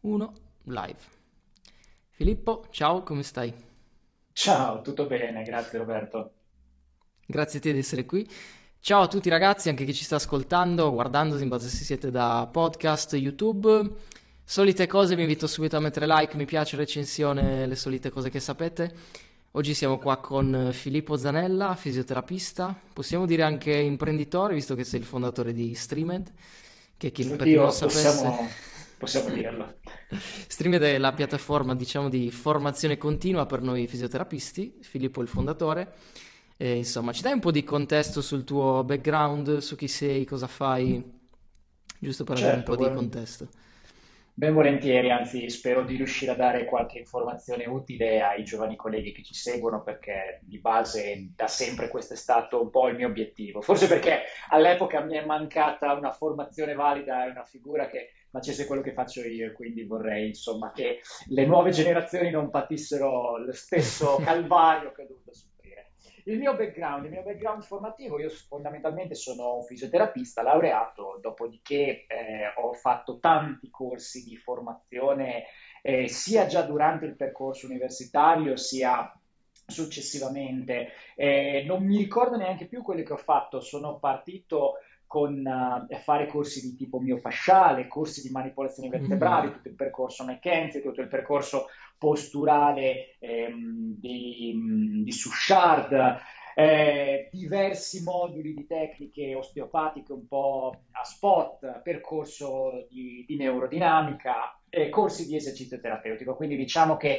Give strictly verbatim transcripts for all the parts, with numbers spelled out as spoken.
uno, live. Filippo, ciao, come stai? Ciao, tutto bene, grazie Roberto. Grazie a te di essere qui. Ciao a tutti ragazzi, anche chi ci sta ascoltando, guardando, in base se siete da podcast, YouTube. Solite cose, vi invito subito a mettere like, mi piace, recensione, le solite cose che sapete. Oggi siamo qua con Filippo Zanella, fisioterapista, possiamo dire anche imprenditore, visto che sei il fondatore di Streamed, che chi- per chi non lo Oddio, sapesse, possiamo, possiamo dirlo. Streamed è la piattaforma, diciamo, di formazione continua per noi fisioterapisti. Filippo è il fondatore. E, insomma, ci dai un po' di contesto sul tuo background, su chi sei, cosa fai, giusto per avere un Certo, po' di vol- contesto. ben volentieri, anzi spero di riuscire a dare qualche informazione utile ai giovani colleghi che ci seguono perché di base da sempre questo è stato un po' il mio obiettivo. Forse perché all'epoca mi è mancata una formazione valida e una figura che facesse quello che faccio io e quindi vorrei insomma che le nuove generazioni non patissero lo stesso calvario che ho dovuto soffrire. Il mio background, il mio background formativo, io fondamentalmente sono un fisioterapista laureato, dopodiché eh, ho fatto tanti corsi di formazione eh, sia già durante il percorso universitario sia successivamente. Eh, non mi ricordo neanche più quelli che ho fatto, sono partito con eh, fare corsi di tipo miofasciale, corsi di manipolazione vertebrale, Mm. tutto il percorso McKenzie, tutto il percorso posturale ehm, di, di Suchard, eh, diversi moduli di tecniche osteopatiche un po' a spot, percorso di, di neurodinamica, eh, corsi di esercizio terapeutico. Quindi diciamo che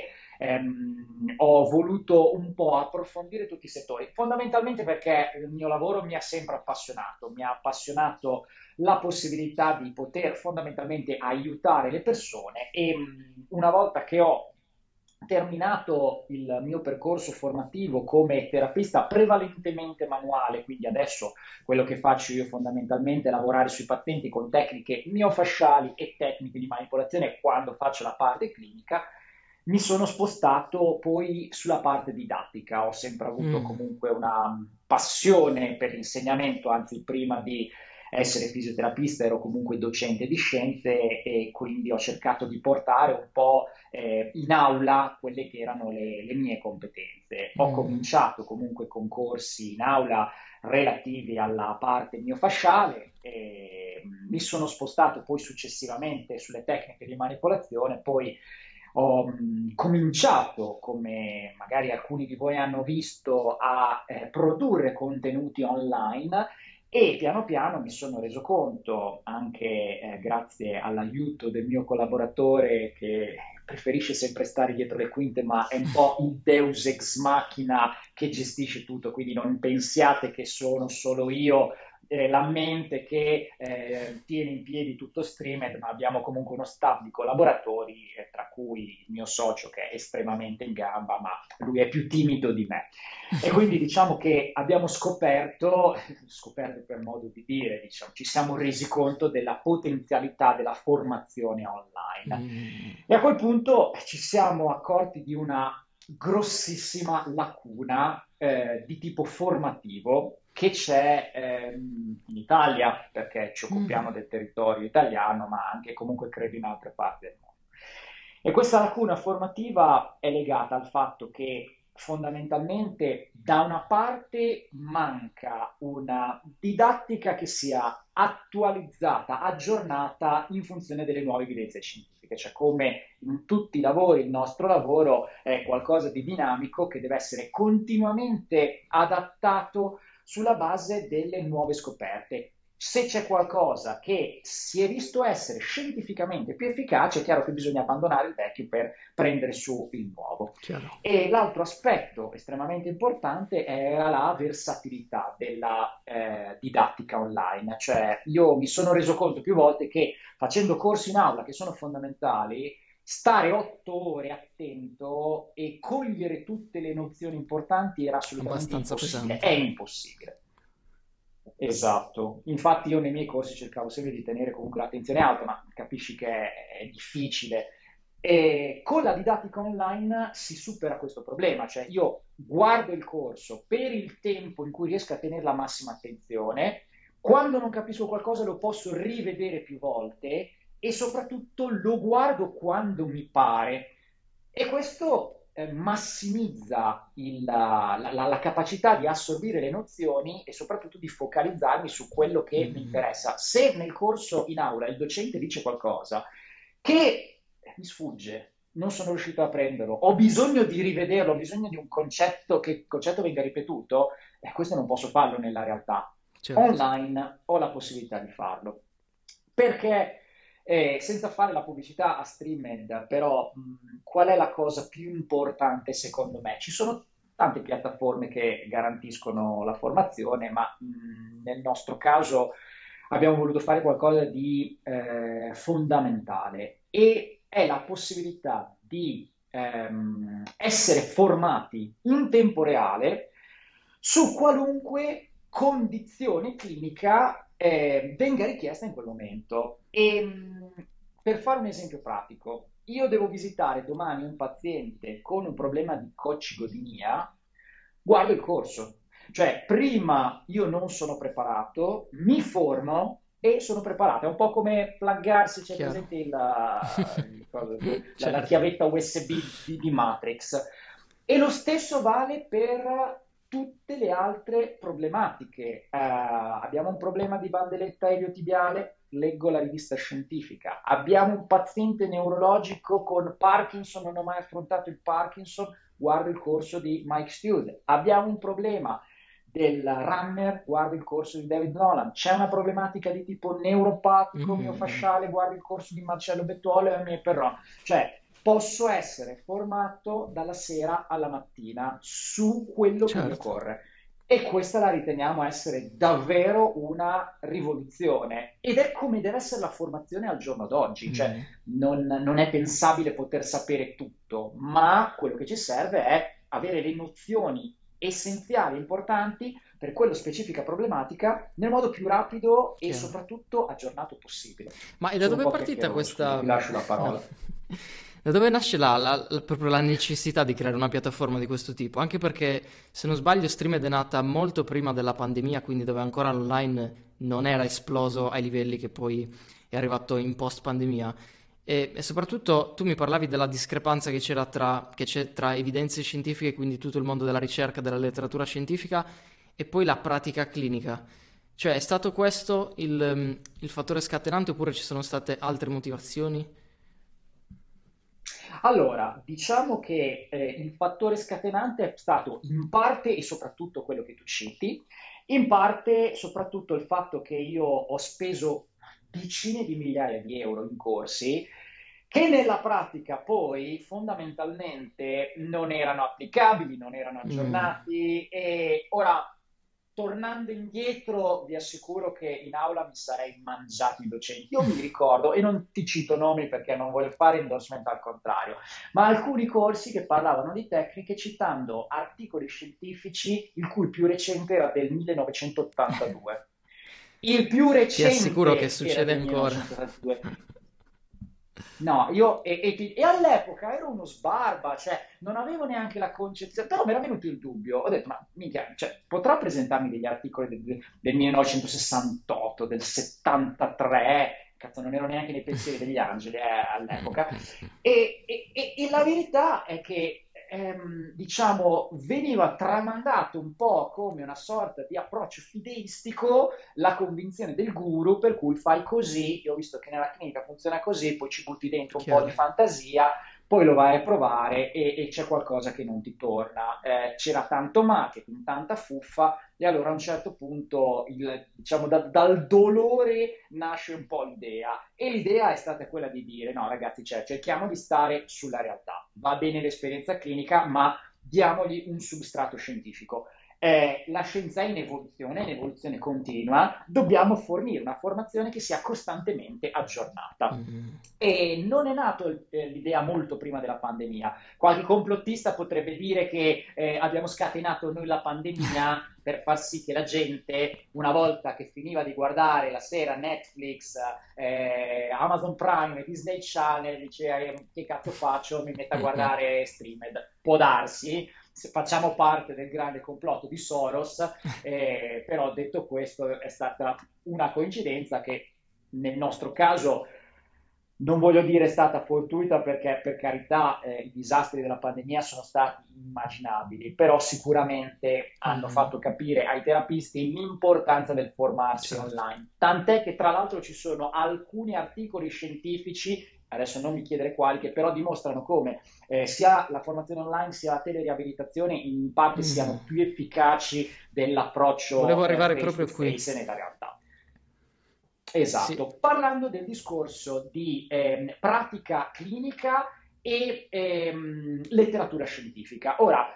ehm, ho voluto un po' approfondire tutti i settori, fondamentalmente perché il mio lavoro mi ha sempre appassionato, mi ha appassionato la possibilità di poter fondamentalmente aiutare le persone e mh, una volta che ho terminato il mio percorso formativo come terapista prevalentemente manuale, quindi adesso quello che faccio io fondamentalmente è lavorare sui pazienti con tecniche miofasciali e tecniche di manipolazione quando faccio la parte clinica, mi sono spostato poi sulla parte didattica. Ho sempre avuto Mm. comunque una passione per l'insegnamento, anzi prima di essere fisioterapista ero comunque docente di scienze e quindi ho cercato di portare un po' eh, in aula quelle che erano le, le mie competenze. Ho Mm. cominciato comunque con corsi in aula relativi alla parte miofasciale e mi sono spostato poi successivamente sulle tecniche di manipolazione, poi ho mh, cominciato, come magari alcuni di voi hanno visto, a eh, produrre contenuti online e piano piano mi sono reso conto, anche eh, grazie all'aiuto del mio collaboratore che preferisce sempre stare dietro le quinte, ma è un po' il deus ex machina che gestisce tutto, quindi non pensiate che sono solo io eh, la mente che eh, tiene in piedi tutto Streamed, ma abbiamo comunque uno staff di collaboratori, eh, tra cui il mio socio che è estremamente in gamba, ma lui è più timido di me. E quindi diciamo che abbiamo scoperto, scoperto per modo di dire, diciamo, ci siamo resi conto della potenzialità della formazione online. Mm. E a quel punto ci siamo accorti di una grossissima lacuna eh, di tipo formativo che c'è ehm, in Italia, perché ci occupiamo Mm. del territorio italiano, ma anche comunque credo in altre parti del mondo. E questa lacuna formativa è legata al fatto che fondamentalmente da una parte manca una didattica che sia attualizzata, aggiornata in funzione delle nuove evidenze scientifiche, cioè come in tutti i lavori il nostro lavoro è qualcosa di dinamico che deve essere continuamente adattato sulla base delle nuove scoperte. Se c'è qualcosa che si è visto essere scientificamente più efficace, è chiaro che bisogna abbandonare il vecchio per prendere su il nuovo. Chiaro. E l'altro aspetto estremamente importante era la versatilità della eh, didattica online, cioè io mi sono reso conto più volte che facendo corsi in aula che sono fondamentali, stare otto ore attento e cogliere tutte le nozioni importanti era assolutamente Abbastanza impossibile, pesante. è impossibile. Esatto, infatti io nei miei corsi cercavo sempre di tenere comunque l'attenzione alta, ma capisci che è, è difficile. E con la didattica online si supera questo problema, cioè io guardo il corso per il tempo in cui riesco a tenere la massima attenzione, quando non capisco qualcosa lo posso rivedere più volte e soprattutto lo guardo quando mi pare. E questo eh, massimizza il- la, la- la capacità di assorbire le nozioni e soprattutto di focalizzarmi su quello che mi Mm. interessa. Se nel corso in aula il docente dice qualcosa che mi sfugge, non sono riuscito a prenderlo, ho bisogno di rivederlo, ho bisogno di un concetto, che il concetto venga ripetuto, e questo non posso farlo nella realtà. Certo. Online ho la possibilità di farlo. Perché, eh, senza fare la pubblicità a Streamed, però mh, qual è la cosa più importante secondo me? Ci sono tante piattaforme che garantiscono la formazione, ma mh, nel nostro caso abbiamo voluto fare qualcosa di eh, fondamentale e è la possibilità di ehm, essere formati in tempo reale su qualunque condizione clinica eh, venga richiesta in quel momento. E mh, per fare un esempio pratico, io devo visitare domani un paziente con un problema di coccigodinia, guardo il corso. Cioè, prima io non sono preparato, mi formo e sono preparato. È un po' come pluggarsi, c'è Chiaro. presente il, il- la, la Certo. chiavetta U S B di, di Matrix. E lo stesso vale per tutte le altre problematiche. Eh, abbiamo un problema di bandeletta iliotibiale, leggo la rivista scientifica. Abbiamo un paziente neurologico con Parkinson, non ho mai affrontato il Parkinson, guardo il corso di Mike Stewart. Abbiamo un problema del runner, guardo il corso di David Nolan. C'è una problematica di tipo neuropatico Mhm. miofasciale, guardo il corso di Marcello Bettuolo e Amir Perron. Cioè, posso essere formato dalla sera alla mattina su quello che mi Certo. occorre. E questa la riteniamo essere davvero una rivoluzione. Ed è come deve essere la formazione al giorno d'oggi. Cioè, Mm. non, non è pensabile poter sapere tutto, ma quello che ci serve è avere le nozioni essenziali, importanti per quella specifica problematica nel modo più rapido e Chiaro. soprattutto aggiornato possibile. Ma e da Sono un dove è po' partita chiacchierone, scusa, questa... ti lascio la No. parola. Da dove nasce la, la- la- proprio la necessità di creare una piattaforma di questo tipo? Anche perché, se non sbaglio, Streamed è nata molto prima della pandemia, quindi dove ancora l'online non era esploso ai livelli che poi è arrivato in post-pandemia. E, e soprattutto tu mi parlavi della discrepanza che c'era tra, che c'è tra evidenze scientifiche, quindi tutto il mondo della ricerca, della letteratura scientifica, e poi la pratica clinica. Cioè, è stato questo il, ehm, il fattore scatenante oppure ci sono state altre motivazioni? Allora, diciamo che eh, il fattore scatenante è stato in parte e soprattutto quello che tu citi, in parte soprattutto il fatto che io ho speso decine di migliaia di euro in corsi che nella pratica poi fondamentalmente non erano applicabili, non erano Mm, aggiornati e ora tornando indietro vi assicuro che in aula mi sarei mangiato i docenti. Io mi ricordo, e non ti cito nomi perché non voglio fare endorsement al contrario, ma alcuni corsi che parlavano di tecniche citando articoli scientifici il cui più recente era del millenovecentottantadue. Il più ti assicuro che recente era succede del ancora. millenovecentottantadue. No, io e, e ti- e all'epoca ero uno sbarba, cioè non avevo neanche la concezione, però mi era venuto il dubbio, ho detto, ma minchia, cioè, potrò presentarmi degli articoli del, del millenovecentosessantotto, del settantatré, cazzo, non ero neanche nei pensieri degli angeli eh, all'epoca, e, e- e- e la verità è che, ehm, diciamo, veniva tramandato un po' come una sorta di approccio fideistico la convinzione del guru per cui fai così, io ho visto che nella clinica funziona così, poi ci butti dentro un po' di Chiaro. fantasia, poi lo vai a provare e, e c'è qualcosa che non ti torna. Eh, c'era tanto marketing, tanta fuffa e allora a un certo punto il, diciamo, da- dal dolore nasce un po' l'idea e l'idea è stata quella di dire no ragazzi, cioè, cerchiamo di stare sulla realtà, va bene l'esperienza clinica ma diamogli un substrato scientifico. Eh, la scienza è in evoluzione, in evoluzione continua, dobbiamo fornire una formazione che sia costantemente aggiornata. Mm, E non è nato eh, l'idea molto prima della pandemia. Qualche complottista potrebbe dire che eh, abbiamo scatenato noi la pandemia per far sì che la gente, una volta che finiva di guardare la sera Netflix, eh, Amazon Prime, Disney Channel, diceva eh, che cazzo faccio, mi metto a mm, mm. guardare Streamed. Può darsi, se facciamo parte del grande complotto di Soros, eh, però detto questo è stata una coincidenza che nel nostro caso non voglio dire è stata fortuita perché per carità eh, i disastri della pandemia sono stati immaginabili, però sicuramente hanno Mm, fatto capire ai terapisti l'importanza del formarsi certo. online. Tant'è che tra l'altro ci sono alcuni articoli scientifici, adesso non mi chiedere quali, che però dimostrano come eh, sia la formazione online sia la teleriabilitazione in parte Mm. siano più efficaci Volevo dell'approccio eh, arrivare face to proprio qui. face nella realtà. Sì. Esatto, parlando del discorso di ehm, pratica clinica e ehm, letteratura scientifica. Ora,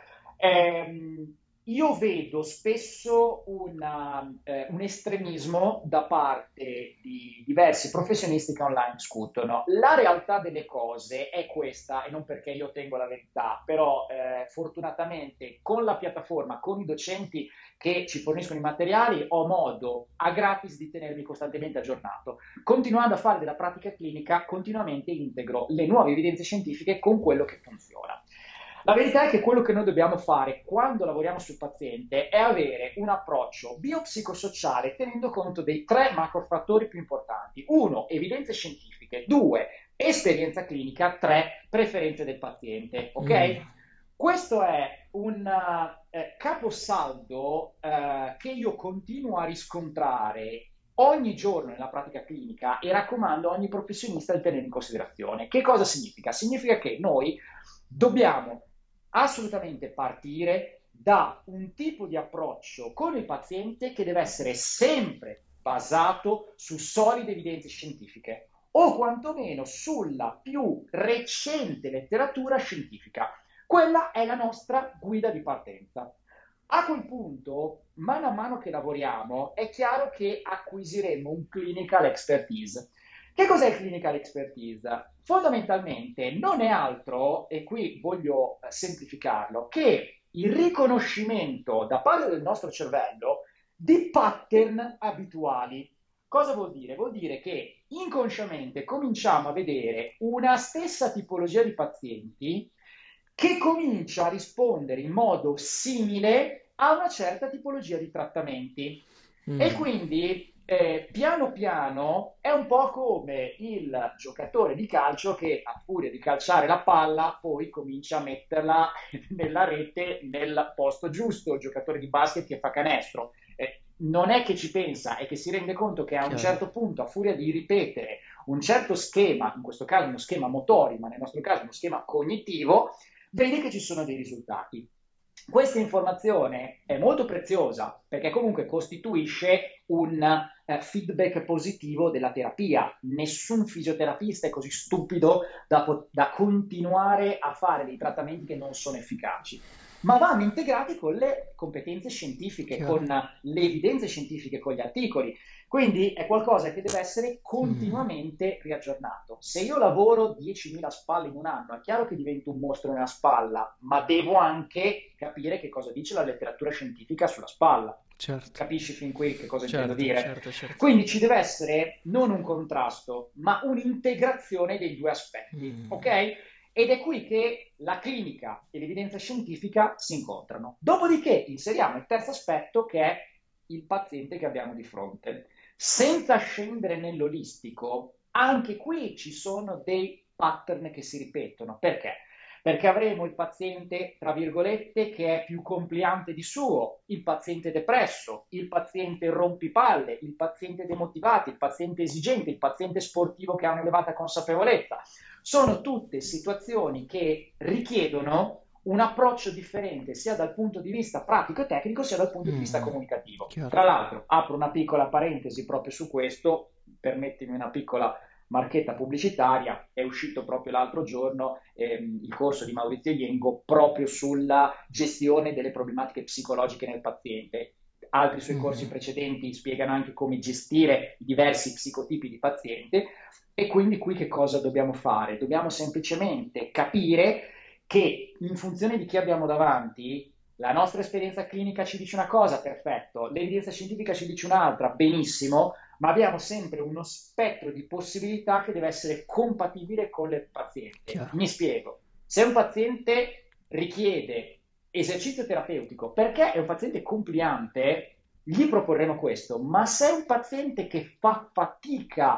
ehm, io vedo spesso una, eh, un estremismo da parte di diversi professionisti che online discutono. La realtà delle cose è questa, e non perché io tengo la verità, però eh, fortunatamente con la piattaforma, con i docenti che ci forniscono i materiali, ho modo a gratis di tenermi costantemente aggiornato. Continuando a fare della pratica clinica, continuamente integro le nuove evidenze scientifiche con quello che funziona. La verità è che quello che noi dobbiamo fare quando lavoriamo sul paziente è avere un approccio biopsicosociale tenendo conto dei tre macrofattori più importanti. Uno, evidenze scientifiche. Due, esperienza clinica. Tre, preferenze del paziente. Mm. Ok? Questo è un eh, caposaldo eh, che io continuo a riscontrare ogni giorno nella pratica clinica e raccomando a ogni professionista di tenere in considerazione. Che cosa significa? Significa che noi dobbiamo assolutamente partire da un tipo di approccio con il paziente che deve essere sempre basato su solide evidenze scientifiche o quantomeno sulla più recente letteratura scientifica. Quella è la nostra guida di partenza. A quel punto, mano a mano che lavoriamo, è chiaro che acquisiremo un clinical expertise. Che cos'è il clinical expertise? Fondamentalmente non è altro, e qui voglio eh, semplificarlo, che il riconoscimento da parte del nostro cervello di pattern abituali. Cosa vuol dire? Vuol dire che inconsciamente cominciamo a vedere una stessa tipologia di pazienti che comincia a rispondere in modo simile a una certa tipologia di trattamenti. E Mm. quindi eh, piano piano è un po' come il giocatore di calcio che a furia di calciare la palla poi comincia a metterla nella rete nel posto giusto, il giocatore di basket che fa canestro. Eh, non è che ci pensa, è che si rende conto che a un Chiaro. certo punto, a furia di ripetere un certo schema, in questo caso uno schema motori, ma nel nostro caso uno schema cognitivo, vede che ci sono dei risultati. Questa informazione è molto preziosa perché comunque costituisce un eh, feedback positivo della terapia. Nessun fisioterapista è così stupido da, da continuare a fare dei trattamenti che non sono efficaci, ma vanno integrati con le competenze scientifiche, Chiaro. con le evidenze scientifiche, con gli articoli. Quindi è qualcosa che deve essere Mm. continuamente riaggiornato. Se io lavoro diecimila spalle in un anno, è chiaro che divento un mostro nella spalla, ma devo anche capire che cosa dice la letteratura scientifica sulla spalla. Certo. Capisci fin qui che cosa intendo Certo, dire? certo, certo. Quindi ci deve essere non un contrasto, ma un'integrazione dei due aspetti, Mm. ok? Ed è qui che la clinica e l'evidenza scientifica si incontrano. Dopodiché inseriamo il terzo aspetto che è il paziente che abbiamo di fronte. Senza scendere nell'olistico, anche qui ci sono dei pattern che si ripetono. Perché? Perché avremo il paziente, tra virgolette, che è più compliante di suo, il paziente depresso, il paziente rompipalle, il paziente demotivato, il paziente esigente, il paziente sportivo che ha un'elevata consapevolezza. Sono tutte situazioni che richiedono un approccio differente sia dal punto di vista pratico e tecnico sia dal punto di vista Mm. comunicativo. Chiaro. Tra l'altro, apro una piccola parentesi proprio su questo, permettimi una piccola marchetta pubblicitaria, è uscito proprio l'altro giorno ehm, il corso di Maurizio Iengo proprio sulla gestione delle problematiche psicologiche nel paziente. Altri suoi corsi Mm. precedenti spiegano anche come gestire i diversi psicotipi di paziente e quindi qui che cosa dobbiamo fare? Dobbiamo semplicemente capire che in funzione di chi abbiamo davanti, la nostra esperienza clinica ci dice una cosa, perfetto, l'evidenza scientifica ci dice un'altra, benissimo, ma abbiamo sempre uno spettro di possibilità che deve essere compatibile con il paziente. Chiaro. Mi spiego, se un paziente richiede esercizio terapeutico perché è un paziente compliante, gli proporremo questo, ma se è un paziente che fa fatica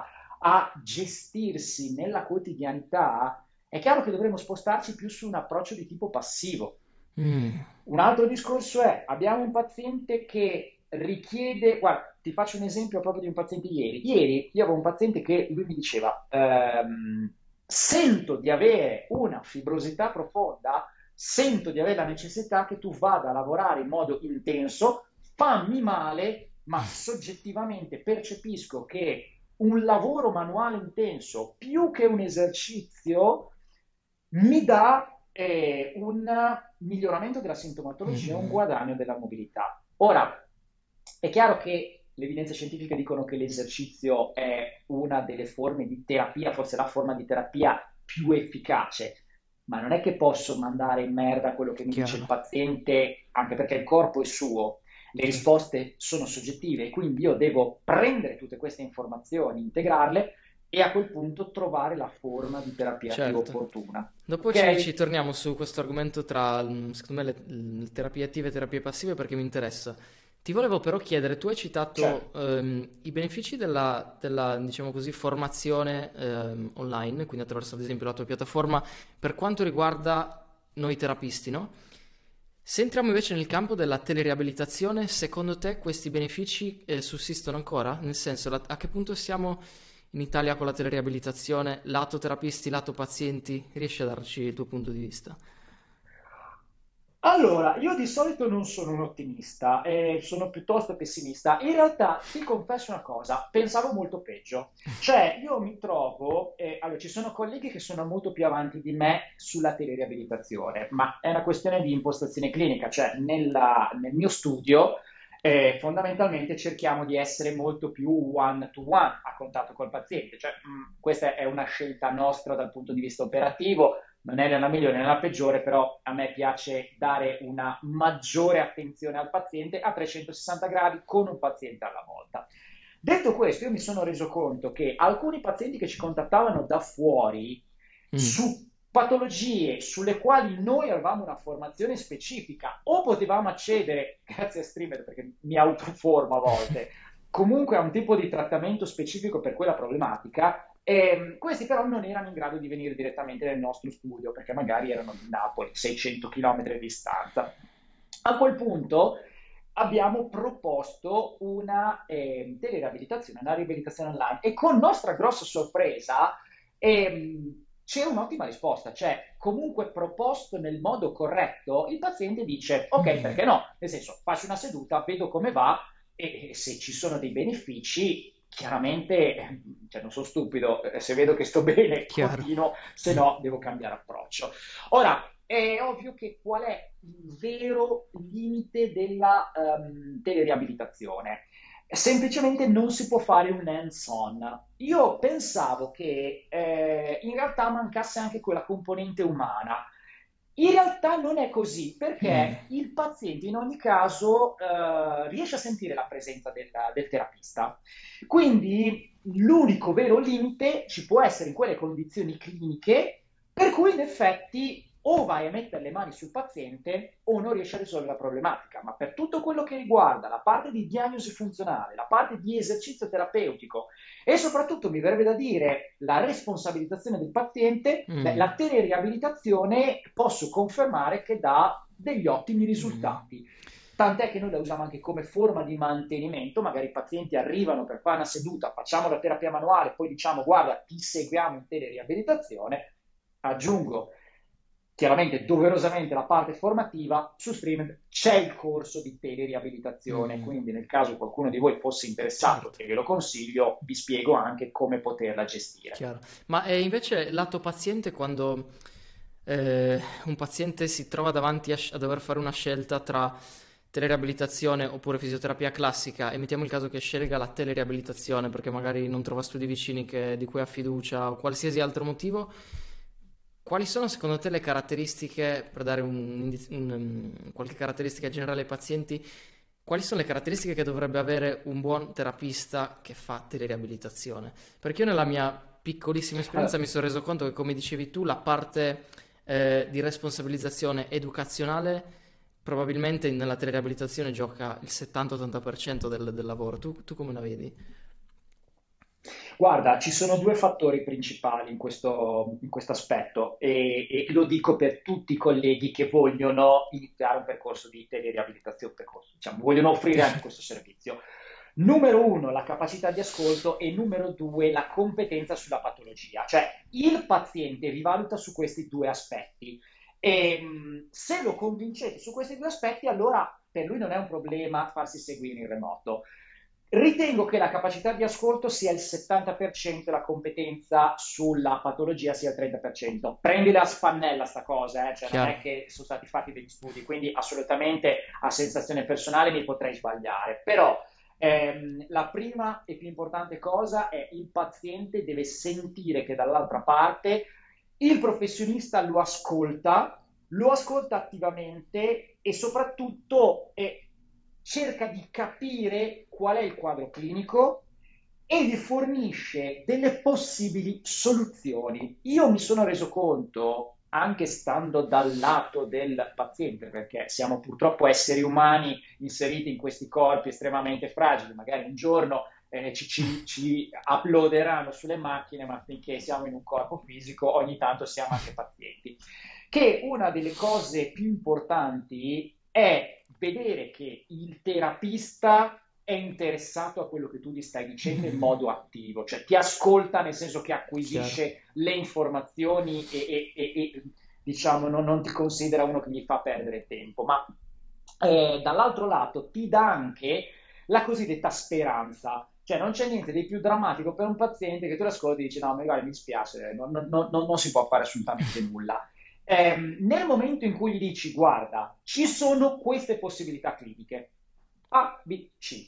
a gestirsi nella quotidianità, è chiaro che dovremmo spostarci più su un approccio di tipo passivo. Mm, Un altro discorso è, abbiamo un paziente che richiede, guarda, ti faccio un esempio proprio di un paziente ieri. Ieri io avevo un paziente che lui mi diceva, ehm, sento di avere una fibrosità profonda, sento di avere la necessità che tu vada a lavorare in modo intenso, fammi male, ma soggettivamente percepisco che un lavoro manuale intenso più che un esercizio mi dà eh, un miglioramento della sintomatologia, un mm, guadagno della mobilità. Ora, è chiaro che le evidenze scientifiche dicono che l'esercizio è una delle forme di terapia, forse la forma di terapia più efficace, ma non è che posso mandare in merda quello che mi dice il chiaro, paziente, anche perché il corpo è suo, le certo. risposte sono soggettive, quindi io devo prendere tutte queste informazioni, integrarle e a quel punto trovare la forma di terapia più Certo. opportuna. Dopo ci, ci Ok? torniamo su questo argomento tra, mm, secondo me, le, le terapie attive e terapie passive perché mi interessa. Ti volevo però chiedere, tu hai Certo. citato ehm, i benefici della, della, diciamo così, formazione ehm, online, quindi attraverso ad esempio la tua piattaforma, per quanto riguarda noi terapisti, no? Se entriamo invece nel campo della teleriabilitazione, secondo te questi benefici eh, sussistono ancora? Nel senso, la- a che punto siamo in Italia con la teleriabilitazione, lato terapisti, lato pazienti? Riesci a darci il tuo punto di vista? Allora, io di solito non sono un ottimista, eh, sono piuttosto pessimista. In realtà ti confesso una cosa, pensavo molto peggio. Cioè, io mi trovo, eh, allora, ci sono colleghi che sono molto più avanti di me sulla teleriabilitazione, ma è una questione di impostazione clinica, cioè nella- nel mio studio eh, fondamentalmente cerchiamo di essere molto più one to one a contatto col paziente, cioè, mh, questa è una scelta nostra dal punto di vista operativo, non è né la migliore né la peggiore, però a me piace dare una maggiore attenzione al paziente a trecentosessanta gradi con un paziente alla volta. Detto questo, io mi sono reso conto che alcuni pazienti che ci contattavano da fuori Mm, su patologie sulle quali noi avevamo una formazione specifica o potevamo accedere, grazie a Streamer perché mi autoformo a volte, comunque a un tipo di trattamento specifico per quella problematica, e questi però non erano in grado di venire direttamente nel nostro studio perché magari erano di Napoli, seicento chilometri di distanza. A quel punto abbiamo proposto una eh, teleriabilitazione, una riabilitazione online e con nostra grossa sorpresa ehm, c'è un'ottima risposta, cioè comunque proposto nel modo corretto, il paziente dice ok, mm, perché no? Nel senso, faccio una seduta, vedo come va e, e se ci sono dei benefici, chiaramente, eh, cioè non sono stupido, eh, se vedo che sto bene chiaro. continuo, se no devo cambiare approccio. Ora, è ovvio che qual è il vero limite della um, teleriabilitazione? Semplicemente non si può fare un hands-on. Io pensavo che eh, in realtà mancasse anche quella componente umana. In realtà non è così Mm, perché il paziente in ogni caso eh, riesce a sentire la presenza del, del terapista. Quindi l'unico vero limite ci può essere in quelle condizioni cliniche per cui in effetti o vai a mettere le mani sul paziente o non riesci a risolvere la problematica, ma per tutto quello che riguarda la parte di diagnosi funzionale, la parte di esercizio terapeutico e soprattutto mi verrebbe da dire la responsabilizzazione del paziente, beh, mm, la teleriabilitazione posso confermare che dà degli ottimi mm. risultati. Tant'è che noi la usiamo anche come forma di mantenimento, magari i pazienti arrivano per fare una seduta, facciamo la terapia manuale, poi diciamo guarda ti seguiamo in teleriabilitazione, aggiungo chiaramente doverosamente la parte formativa, su Stream c'è il corso di teleriabilitazione, Mm, quindi nel caso qualcuno di voi fosse interessato certo, e ve lo consiglio, vi spiego anche come poterla gestire. chiaro. Ma eh, invece lato paziente, quando eh, un paziente si trova davanti a, sc- a dover fare una scelta tra teleriabilitazione oppure fisioterapia classica e mettiamo il caso che scelga la teleriabilitazione perché magari non trova studi vicini che- di cui ha fiducia o qualsiasi altro motivo, quali sono secondo te le caratteristiche, per dare un, indiz- un, um, qualche caratteristica generale ai pazienti, quali sono le caratteristiche che dovrebbe avere un buon terapista che fa teleriabilitazione? Perché io nella mia piccolissima esperienza Allora, mi sono reso conto che, come dicevi tu, la parte eh, di responsabilizzazione educazionale probabilmente nella teleriabilitazione gioca il settanta-ottanta per cento del, del lavoro. Tu, tu come la vedi? Guarda, ci sono due fattori principali in questo, in questo aspetto e, e lo dico per tutti i colleghi che vogliono iniziare un percorso di teleriabilitazione, percorso, diciamo, vogliono offrire anche questo servizio. Numero uno, la capacità di ascolto e numero due, la competenza sulla patologia. Cioè, il paziente vi valuta su questi due aspetti e mh, se lo convincete su questi due aspetti, allora per lui non è un problema farsi seguire in remoto. Ritengo che la capacità di ascolto sia il settanta per cento e la competenza sulla patologia sia il trenta per cento. Prendila a spannella sta cosa, eh? Cioè non Chiaro. è che sono stati fatti degli studi, quindi assolutamente a sensazione personale mi potrei sbagliare, però ehm, la prima e più importante cosa è il paziente deve sentire che dall'altra parte il professionista lo ascolta, lo ascolta attivamente e soprattutto eh, cerca di capire qual è il quadro clinico e gli fornisce delle possibili soluzioni. Io mi sono reso conto, anche stando dal lato del paziente, perché siamo purtroppo esseri umani inseriti in questi corpi estremamente fragili, magari un giorno eh, ci, ci, ci uploaderanno sulle macchine, ma finché siamo in un corpo fisico, ogni tanto siamo anche pazienti. Che una delle cose più importanti è vedere che il terapista è interessato a quello che tu gli stai dicendo in modo attivo, cioè ti ascolta nel senso che Chiaro. acquisisce le informazioni e, e- e- e, diciamo non, non ti considera uno che gli fa perdere tempo, ma eh, dall'altro lato ti dà anche la cosiddetta speranza. Cioè non c'è niente di più drammatico per un paziente che tu l'ascolti e dici no, ma guarda, mi dispiace, non, non- non- non si può fare assolutamente nulla. Ehm, nel momento in cui gli dici guarda, ci sono queste possibilità cliniche, A, B, C,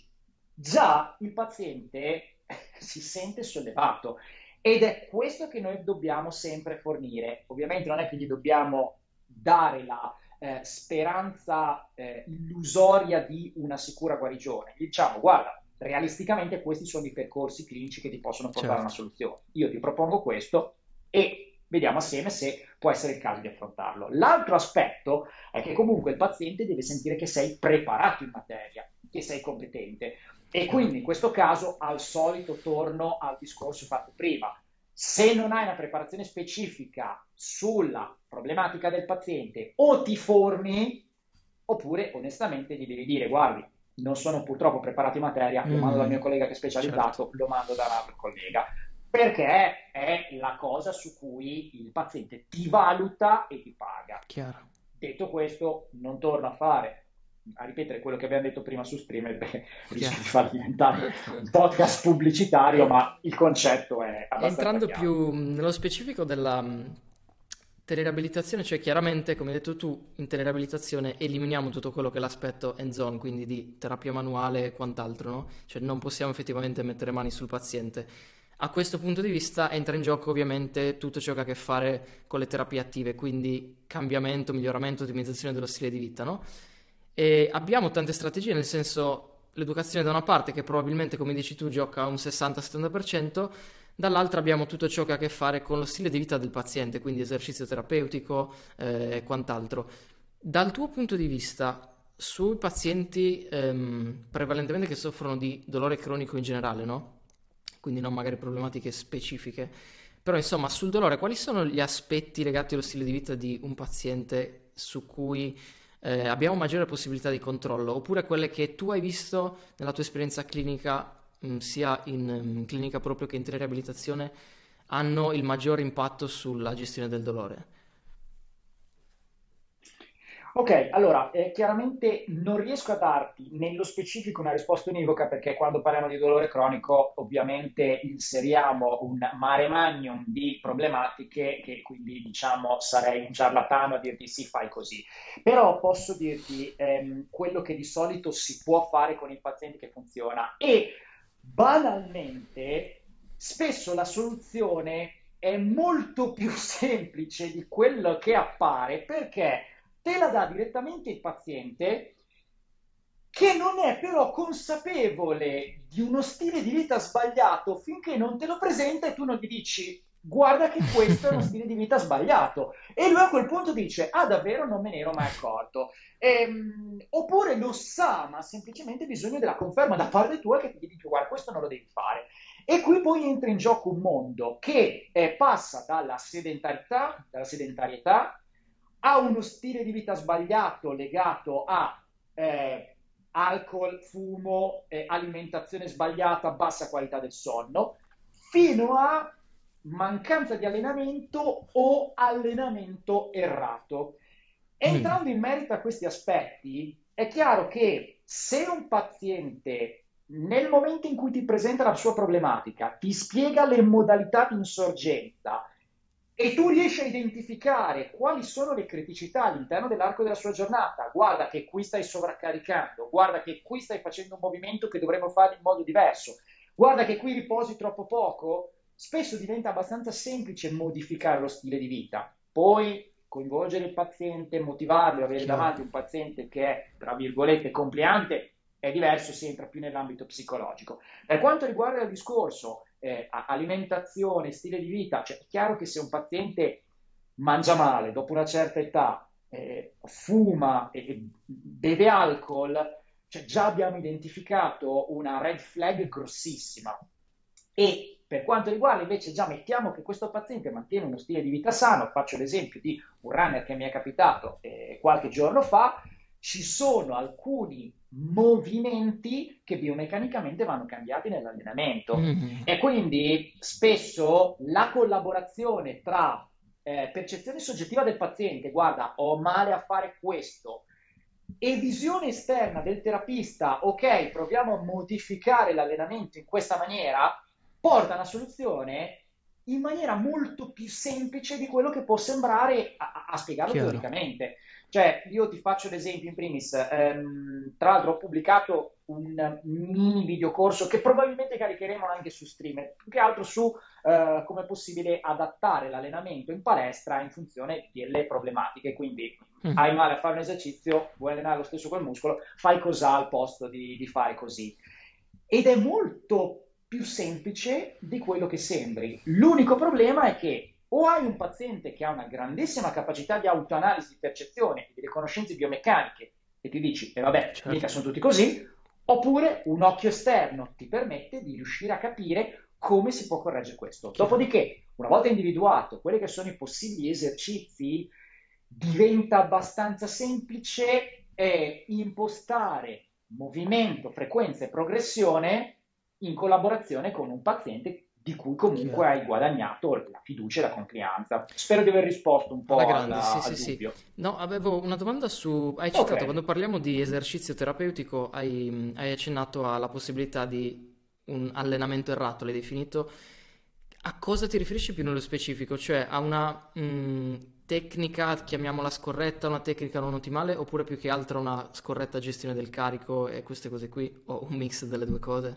già il paziente si sente sollevato ed è questo che noi dobbiamo sempre fornire. Ovviamente non è che gli dobbiamo dare la eh, speranza eh, illusoria di una sicura guarigione. Gli diciamo, guarda, realisticamente questi sono i percorsi clinici che ti possono portare a una Certo. soluzione. Io ti propongo questo e vediamo assieme se può essere il caso di affrontarlo. L'altro aspetto è che comunque il paziente deve sentire che sei preparato in materia, che sei competente. E Chiaro. quindi in questo caso al solito torno al discorso fatto prima. Se non hai una preparazione specifica sulla problematica del paziente o ti formi, oppure onestamente gli devi dire, guardi, non sono purtroppo preparato in materia, lo mando dal Mm, mio collega che è certo. specializzato, lo mando da un altro collega, perché è la cosa su cui il paziente ti valuta e ti paga. Chiaro. Detto questo, non torno a fare a ripetere quello che abbiamo detto prima su Streamer perché rischio di Chiaro. far diventare un podcast pubblicitario, E ma il concetto è abbastanza entrando chiaro. più mh, nello specifico della mh, teleriabilitazione, cioè chiaramente, come hai detto tu, in teleriabilitazione eliminiamo tutto quello che è l'aspetto hands-on, quindi di terapia manuale e quant'altro, no? Cioè non possiamo effettivamente mettere mani sul paziente. A questo punto di vista entra in gioco ovviamente tutto ciò che ha a che fare con le terapie attive, quindi cambiamento, miglioramento, ottimizzazione dello stile di vita, no? E abbiamo tante strategie, nel senso l'educazione da una parte che probabilmente, come dici tu, gioca un sessanta-settanta per cento, dall'altra abbiamo tutto ciò che ha a che fare con lo stile di vita del paziente, quindi esercizio terapeutico eh, e quant'altro. Dal tuo punto di vista, sui pazienti ehm, prevalentemente che soffrono di dolore cronico in generale, no? Quindi non magari problematiche specifiche, però insomma sul dolore quali sono gli aspetti legati allo stile di vita di un paziente su cui eh, abbiamo maggiore possibilità di controllo, oppure quelle che tu hai visto nella tua esperienza clinica, mh, sia in, in clinica proprio che in riabilitazione, hanno il maggior impatto sulla gestione del dolore? Ok, allora, eh, chiaramente non riesco a darti nello specifico una risposta univoca perché quando parliamo di dolore cronico ovviamente inseriamo un mare magnum di problematiche che quindi diciamo sarei un ciarlatano a dirti sì, fai così. Però posso dirti ehm, quello che di solito si può fare con il paziente che funziona e banalmente spesso la soluzione è molto più semplice di quello che appare perché te la dà direttamente il paziente che non è però consapevole di uno stile di vita sbagliato finché non te lo presenta e tu non gli dici guarda che questo è uno stile di vita sbagliato e lui a quel punto dice ah davvero non me ne ero mai accorto. Ehm, oppure lo sa ma ha semplicemente bisogno della conferma da parte tua che ti dice guarda questo non lo devi fare E qui poi entra in gioco un mondo che eh, passa dalla sedentarietà, dalla sedentarietà a uno stile di vita sbagliato legato a eh, alcol, fumo, eh, alimentazione sbagliata, bassa qualità del sonno, fino a mancanza di allenamento o allenamento errato. Entrando in merito a questi aspetti, è chiaro che se un paziente nel momento in cui ti presenta la sua problematica, ti spiega le modalità di insorgenza e tu riesci a identificare quali sono le criticità all'interno dell'arco della sua giornata, guarda che qui stai sovraccaricando, guarda che qui stai facendo un movimento che dovremmo fare in modo diverso, guarda che qui riposi troppo poco, spesso diventa abbastanza semplice modificare lo stile di vita. Poi coinvolgere il paziente, motivarlo, avere Chiaro. davanti un paziente che è, tra virgolette, compliante, è diverso, si entra più nell'ambito psicologico. Per quanto riguarda il discorso eh, alimentazione, stile di vita, cioè è chiaro che se un paziente mangia male dopo una certa età, eh, fuma e, e beve alcol, cioè già abbiamo identificato una red flag grossissima. E per quanto riguarda invece, già mettiamo che questo paziente mantiene uno stile di vita sano, faccio l'esempio di un runner che mi è capitato eh, qualche giorno fa, ci sono alcuni movimenti che biomeccanicamente vanno cambiati nell'allenamento Mm. e quindi spesso la collaborazione tra eh, percezione soggettiva del paziente, guarda, ho male a fare questo, e visione esterna del terapista, ok, proviamo a modificare l'allenamento in questa maniera, porta a una soluzione in maniera molto più semplice di quello che può sembrare a, a spiegarlo Chiaro. teoricamente. Cioè, io ti faccio l'esempio in primis, ehm, tra l'altro ho pubblicato un mini videocorso che probabilmente caricheremo anche su Streamer, più che altro su eh, come è possibile adattare l'allenamento in palestra in funzione delle problematiche. Quindi Mm. hai male a fare un esercizio, vuoi allenare lo stesso quel muscolo, fai cos'ha al posto di, di fare così. Ed è molto più semplice di quello che sembri. L'unico problema è che o hai un paziente che ha una grandissima capacità di autoanalisi, di percezione e delle conoscenze biomeccaniche e ti dici, e eh vabbè, Certo. mica sono tutti così, oppure un occhio esterno ti permette di riuscire a capire come si può correggere questo. Chiaro. Dopodiché, una volta individuato quelli che sono i possibili esercizi, diventa abbastanza semplice eh, impostare movimento, frequenza e progressione in collaborazione con un paziente di cui comunque Chiaro. hai guadagnato la fiducia e la confianza. Spero di aver risposto un po' Alla grande, alla- sì, al sì, sì. dubbio. No, avevo una domanda su... Hai Ok. citato, quando parliamo di esercizio terapeutico, hai, hai accennato alla possibilità di un allenamento errato, l'hai definito. A cosa ti riferisci più nello specifico? Cioè a una mm, tecnica, chiamiamola scorretta, una tecnica non ottimale, oppure più che altro una scorretta gestione del carico e queste cose qui, o un mix delle due cose?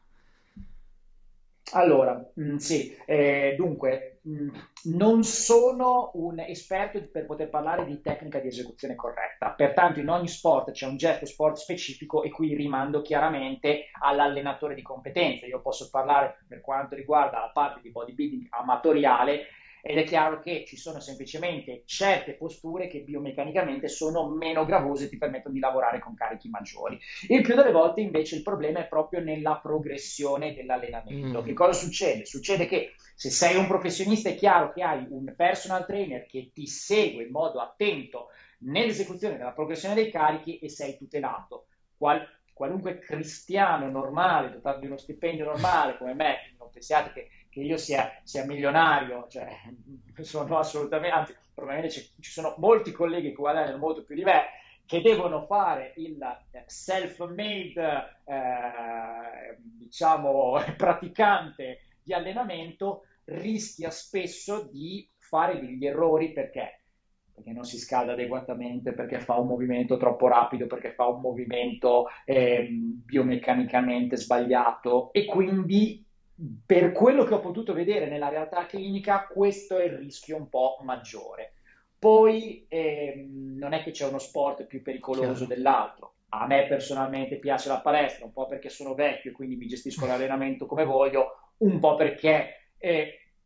Allora, mh, sì, eh, dunque, mh, non sono un esperto per poter parlare di tecnica di esecuzione corretta, pertanto in ogni sport c'è un gesto sport specifico e qui rimando chiaramente all'allenatore di competenza. Io posso parlare per quanto riguarda la parte di bodybuilding amatoriale ed è chiaro che ci sono semplicemente certe posture che biomeccanicamente sono meno gravose e ti permettono di lavorare con carichi maggiori. Il più delle volte invece il problema è proprio nella progressione dell'allenamento. Mm. Che cosa succede? Succede che se sei un professionista è chiaro che hai un personal trainer che ti segue in modo attento nell'esecuzione della progressione dei carichi e sei tutelato. Qual- qualunque cristiano normale, dotato di uno stipendio normale come me, non pensiate che, che io sia, sia milionario, cioè sono assolutamente, anzi probabilmente ci, ci sono molti colleghi che guadagnano molto più di me, che devono fare il self-made, eh, diciamo, praticante di allenamento, rischia spesso di fare degli errori perché? Perché non si scalda adeguatamente, perché fa un movimento troppo rapido, perché fa un movimento eh, biomeccanicamente sbagliato e quindi per quello che ho potuto vedere nella realtà clinica questo è il rischio un po' maggiore. Poi ehm, non è che c'è uno sport più pericoloso Chiaro. dell'altro. A me personalmente piace la palestra, un po' perché sono vecchio e quindi mi gestisco l'allenamento come voglio, un po' perché eh,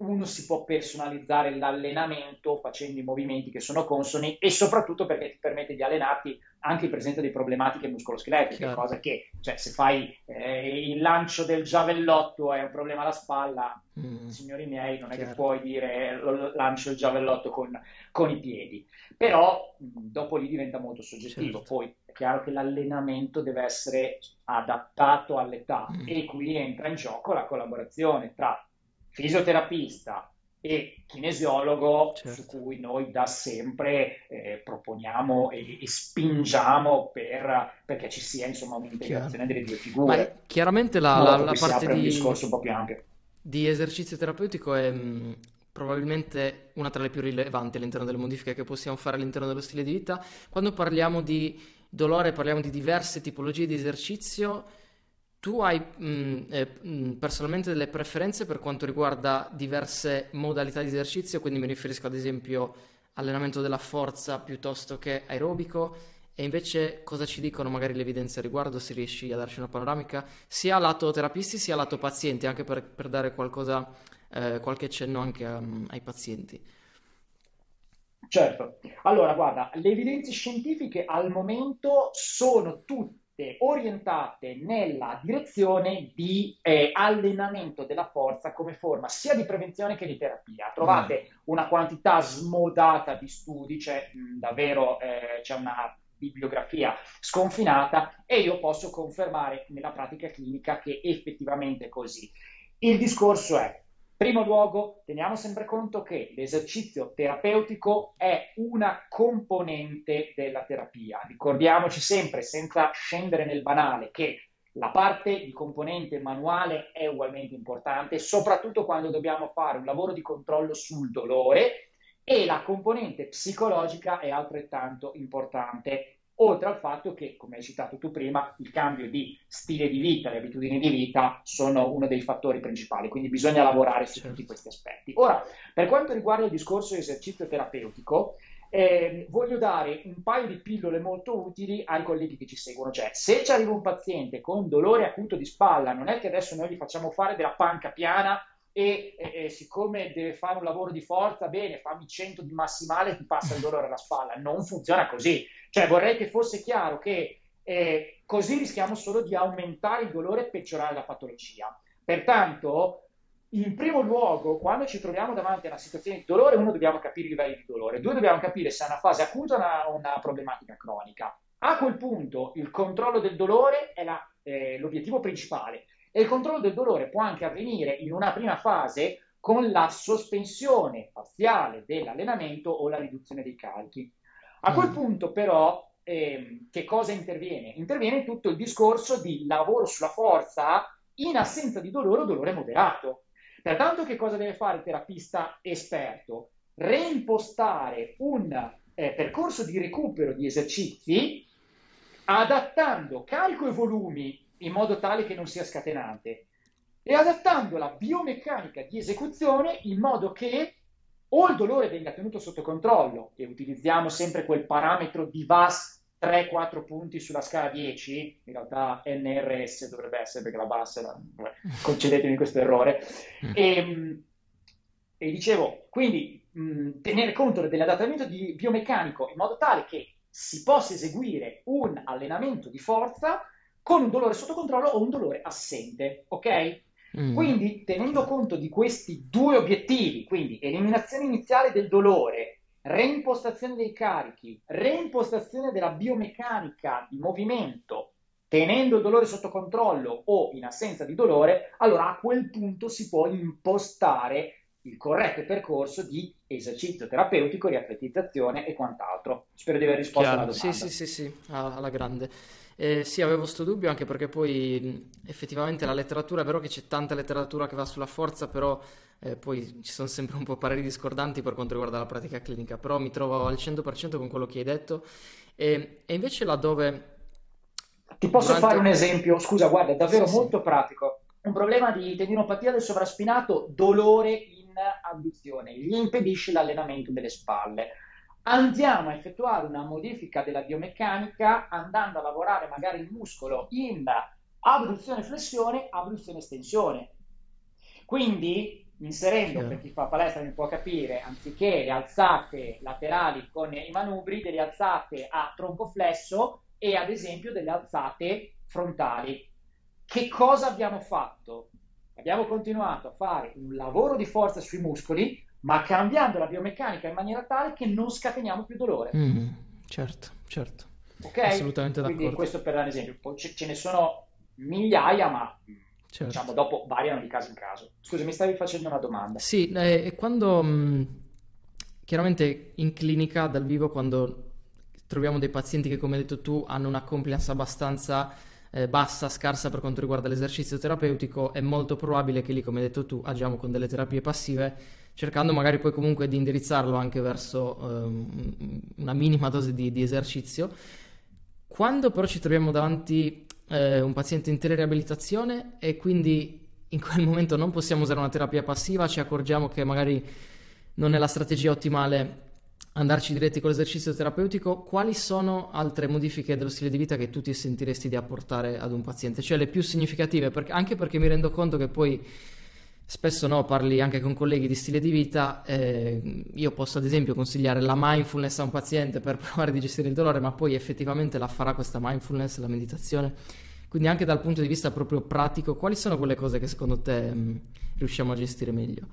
uno si può personalizzare l'allenamento facendo i movimenti che sono consoni e soprattutto perché ti permette di allenarti anche in presenza di problematiche muscoloscheletriche, Chiaro. cosa che, cioè, se fai eh, il lancio del giavellotto e hai un problema alla spalla, Mm, signori miei, non è che chiaro. puoi dire lo- lancio il giavellotto con, con i piedi, però mh, dopo lì diventa molto soggettivo. Certo. Poi è chiaro che l'allenamento deve essere adattato all'età Mm, e qui entra in gioco la collaborazione tra fisioterapista e kinesiologo, su certo. cui noi da sempre eh, proponiamo e, e spingiamo per, perché ci sia insomma Chiaro. un'integrazione delle due Ma eh, figure. chiaramente la, Ma la- dopo la qui si parte apre un di, discorso un po' più ampio. di esercizio terapeutico è mh, probabilmente una tra le più rilevanti all'interno delle modifiche che possiamo fare all'interno dello stile di vita. Quando parliamo di dolore, parliamo di diverse tipologie di esercizio. Tu hai mh, eh, mh, personalmente delle preferenze per quanto riguarda diverse modalità di esercizio, quindi mi riferisco ad esempio allenamento della forza piuttosto che aerobico, e invece cosa ci dicono magari le evidenze a riguardo, se riesci a darci una panoramica, sia lato terapisti sia lato pazienti, anche per, per dare qualcosa, eh, qualche cenno anche a- ai pazienti. Certo, allora guarda, le evidenze scientifiche al momento sono tutte orientate nella direzione di eh, allenamento della forza come forma sia di prevenzione che di terapia. Mm, Trovate una quantità smodata di studi, c'è mh, davvero eh, c'è una bibliografia sconfinata e io posso confermare nella pratica clinica che effettivamente è così. Il discorso è, primo luogo, teniamo sempre conto che l'esercizio terapeutico è una componente della terapia. Ricordiamoci sempre, senza scendere nel banale, che la parte di componente manuale è ugualmente importante, soprattutto quando dobbiamo fare un lavoro di controllo sul dolore, e la componente psicologica è altrettanto importante, oltre al fatto che, come hai citato tu prima, il cambio di stile di vita, le abitudini di vita sono uno dei fattori principali, quindi bisogna lavorare su tutti certo. questi aspetti. Ora, per quanto riguarda il discorso di esercizio terapeutico, eh, voglio dare un paio di pillole molto utili ai colleghi che ci seguono. Cioè, se ci arriva un paziente con dolore acuto di spalla, non è che adesso noi gli facciamo fare della panca piana e, e, e siccome deve fare un lavoro di forza, bene, fammi cento di massimale e ti passa il dolore alla spalla. Non funziona così. Cioè, vorrei che fosse chiaro che eh, così rischiamo solo di aumentare il dolore e peggiorare la patologia. Pertanto, in primo luogo, quando ci troviamo davanti a una situazione di dolore, uno, dobbiamo capire i livelli di dolore, due, dobbiamo capire se è una fase acuta o una, una problematica cronica. A quel punto il controllo del dolore è la, eh, l'obiettivo principale e il controllo del dolore può anche avvenire in una prima fase con la sospensione parziale dell'allenamento o la riduzione dei carichi. A quel Mm, punto però ehm, che cosa interviene? Interviene tutto il discorso di lavoro sulla forza in assenza di dolore o dolore moderato. Pertanto che cosa deve fare il terapista esperto? Reimpostare un eh, percorso di recupero di esercizi adattando carico e volumi in modo tale che non sia scatenante e adattando la biomeccanica di esecuzione in modo che o il dolore venga tenuto sotto controllo e utilizziamo sempre quel parametro di V A S tre quattro punti sulla scala dieci, in realtà N R S dovrebbe essere perché la V A S era, concedetemi questo errore, mm, e, e dicevo, quindi mh, tenere conto dell'adattamento di biomeccanico in modo tale che si possa eseguire un allenamento di forza con un dolore sotto controllo o un dolore assente, ok? mm, Quindi, tenendo chiaro. conto di questi due obiettivi, quindi eliminazione iniziale del dolore, reimpostazione dei carichi, reimpostazione della biomeccanica di movimento, tenendo il dolore sotto controllo o in assenza di dolore, allora a quel punto si può impostare il corretto percorso di esercizio terapeutico, riatletizzazione e quant'altro. Spero di aver risposto alla Chiaro, sì, sì, domanda. sì, sì, a- alla grande. Eh, sì, avevo sto dubbio anche perché poi mh, effettivamente la letteratura, è vero che c'è tanta letteratura che va sulla forza, però eh, poi ci sono sempre un po' pareri discordanti per quanto riguarda la pratica clinica, però mi trovo al cento per cento con quello che hai detto. E, e invece laddove Ti posso fare un durante... esempio? Scusa, guarda, è Sì, davvero sì. molto pratico. Un problema di tendinopatia del sovraspinato, dolore in abduzione, gli impedisce l'allenamento delle spalle. Andiamo a effettuare una modifica della biomeccanica andando a lavorare magari il muscolo in abduzione-flessione, abduzione-estensione. Quindi inserendo, chiaro. per chi fa palestra mi può capire, anziché le alzate laterali con i manubri, delle alzate a tronco flesso e ad esempio delle alzate frontali. Che cosa abbiamo fatto? Abbiamo continuato a fare un lavoro di forza sui muscoli, ma cambiando la biomeccanica in maniera tale che non scateniamo più dolore. Mm, certo, certo, Ok? assolutamente Quindi d'accordo. questo per dare un esempio. Poi ce, ce ne sono migliaia, ma diciamo Certo. dopo variano di caso in caso. Scusa, mi stavi facendo una domanda. Sì, eh, e quando mh, chiaramente in clinica dal vivo, quando troviamo dei pazienti che, come hai detto tu, hanno una compliance abbastanza eh, bassa, scarsa per quanto riguarda l'esercizio terapeutico, è molto probabile che lì, come hai detto tu, agiamo con delle terapie passive, cercando magari poi comunque di indirizzarlo anche verso ehm, una minima dose di, di esercizio. Quando però ci troviamo davanti eh, un paziente in teleriabilitazione e quindi in quel momento non possiamo usare una terapia passiva, ci accorgiamo che magari non è la strategia ottimale andarci diretti con l'esercizio terapeutico, quali sono altre modifiche dello stile di vita che tu ti sentiresti di apportare ad un paziente? Cioè le più significative, perché- anche perché mi rendo conto che poi spesso no, parli anche con colleghi di stile di vita, eh, io posso ad esempio consigliare la mindfulness a un paziente per provare di gestire il dolore, ma poi effettivamente la farà questa mindfulness, la meditazione. Quindi anche dal punto di vista proprio pratico, quali sono quelle cose che secondo te mh, riusciamo a gestire meglio?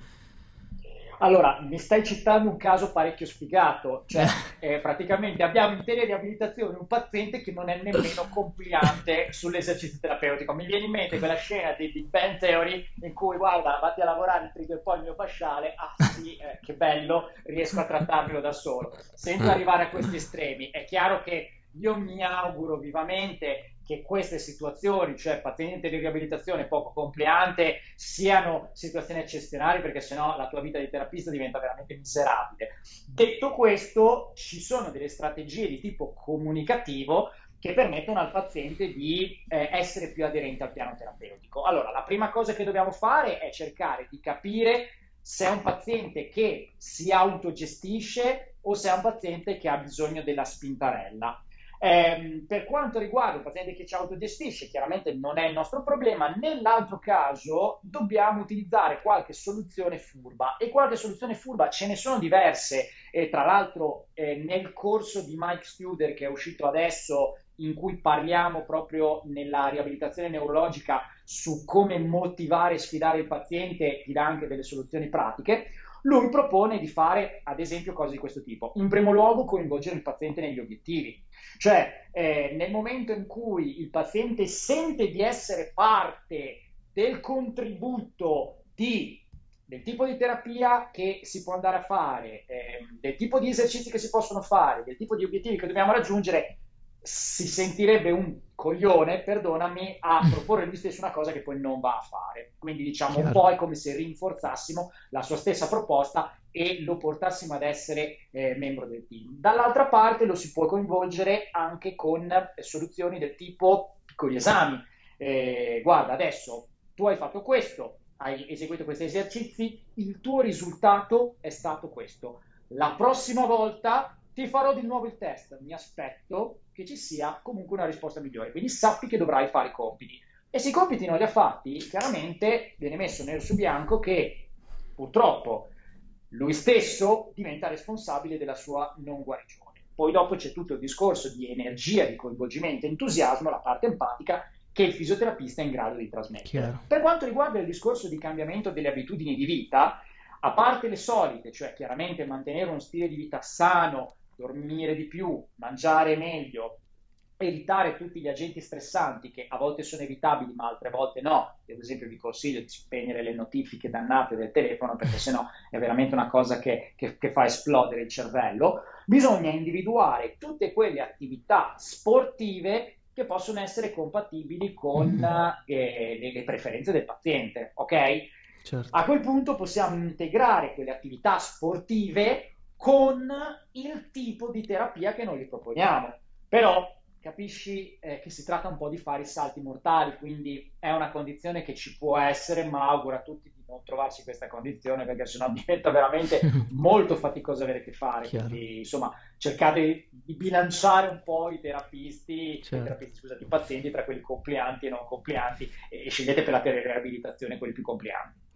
Allora, mi stai citando un caso parecchio sfigato, cioè eh, praticamente abbiamo in teleriabilitazione un paziente che non è nemmeno compliante sull'esercizio terapeutico. Mi viene in mente quella scena di Big Bang Theory in cui, guarda, vatti a lavorare il trigger poi il mio fasciale, ah sì, eh, che bello, riesco a trattarmelo da solo, senza arrivare a questi estremi. È chiaro che io mi auguro vivamente che queste situazioni, cioè paziente di riabilitazione poco compliante, siano situazioni eccezionali, perché sennò la tua vita di terapista diventa veramente miserabile. Detto questo, ci sono delle strategie di tipo comunicativo che permettono al paziente di eh, essere più aderente al piano terapeutico. Allora, la prima cosa che dobbiamo fare è cercare di capire se è un paziente che si autogestisce o se è un paziente che ha bisogno della spintarella. Eh, per quanto riguarda il paziente che ci autogestisce, chiaramente non è il nostro problema. Nell'altro caso dobbiamo utilizzare qualche soluzione furba, e qualche soluzione furba ce ne sono diverse, e tra l'altro eh, nel corso di Mike Studer che è uscito adesso, in cui parliamo proprio nella riabilitazione neurologica su come motivare e sfidare il paziente, ti dà anche delle soluzioni pratiche. Lui propone di fare ad esempio cose di questo tipo. In primo luogo coinvolgere il paziente negli obiettivi, cioè eh, nel momento in cui il paziente sente di essere parte del contributo di, del tipo di terapia che si può andare a fare, eh, del tipo di esercizi che si possono fare, del tipo di obiettivi che dobbiamo raggiungere, si sentirebbe un coglione, perdonami, a proporre lui stesso una cosa che poi non va a fare. Quindi diciamo un Chiaro. po' è come se rinforzassimo la sua stessa proposta e lo portassimo ad essere eh, membro del team. Dall'altra parte lo si può coinvolgere anche con eh, soluzioni del tipo piccoli esami. Eh, guarda, adesso tu hai fatto questo, hai eseguito questi esercizi, il tuo risultato è stato questo. La prossima volta ti farò di nuovo il test, mi aspetto che ci sia comunque una risposta migliore, quindi sappi che dovrai fare i compiti. E se i compiti non li ha fatti, chiaramente viene messo nero su bianco che purtroppo lui stesso diventa responsabile della sua non guarigione. Poi dopo c'è tutto il discorso di energia, di coinvolgimento, entusiasmo, la parte empatica che il fisioterapista è in grado di trasmettere. Chiaro. Per quanto riguarda il discorso di cambiamento delle abitudini di vita, a parte le solite, cioè chiaramente mantenere uno stile di vita sano, dormire di più, mangiare meglio, evitare tutti gli agenti stressanti che a volte sono evitabili ma altre volte no. Ad esempio vi consiglio di spegnere le notifiche dannate del telefono, perché sennò è veramente una cosa che, che, che fa esplodere il cervello. Bisogna individuare tutte quelle attività sportive che possono essere compatibili con eh, le, le preferenze del paziente, ok? Certo. A quel punto possiamo integrare quelle attività sportive con il tipo di terapia che noi gli proponiamo. Però capisci eh, che si tratta un po' di fare i salti mortali, quindi è una condizione che ci può essere, ma auguro a tutti di non trovarsi questa condizione, perché sennò diventa veramente molto faticoso avere a che fare. Chiaro. Quindi insomma cercate di bilanciare un po' i terapisti, Certo. i terapisti scusate, i pazienti tra quelli complianti e non complianti, e, e scegliete per la riabilitazione quelli più complianti.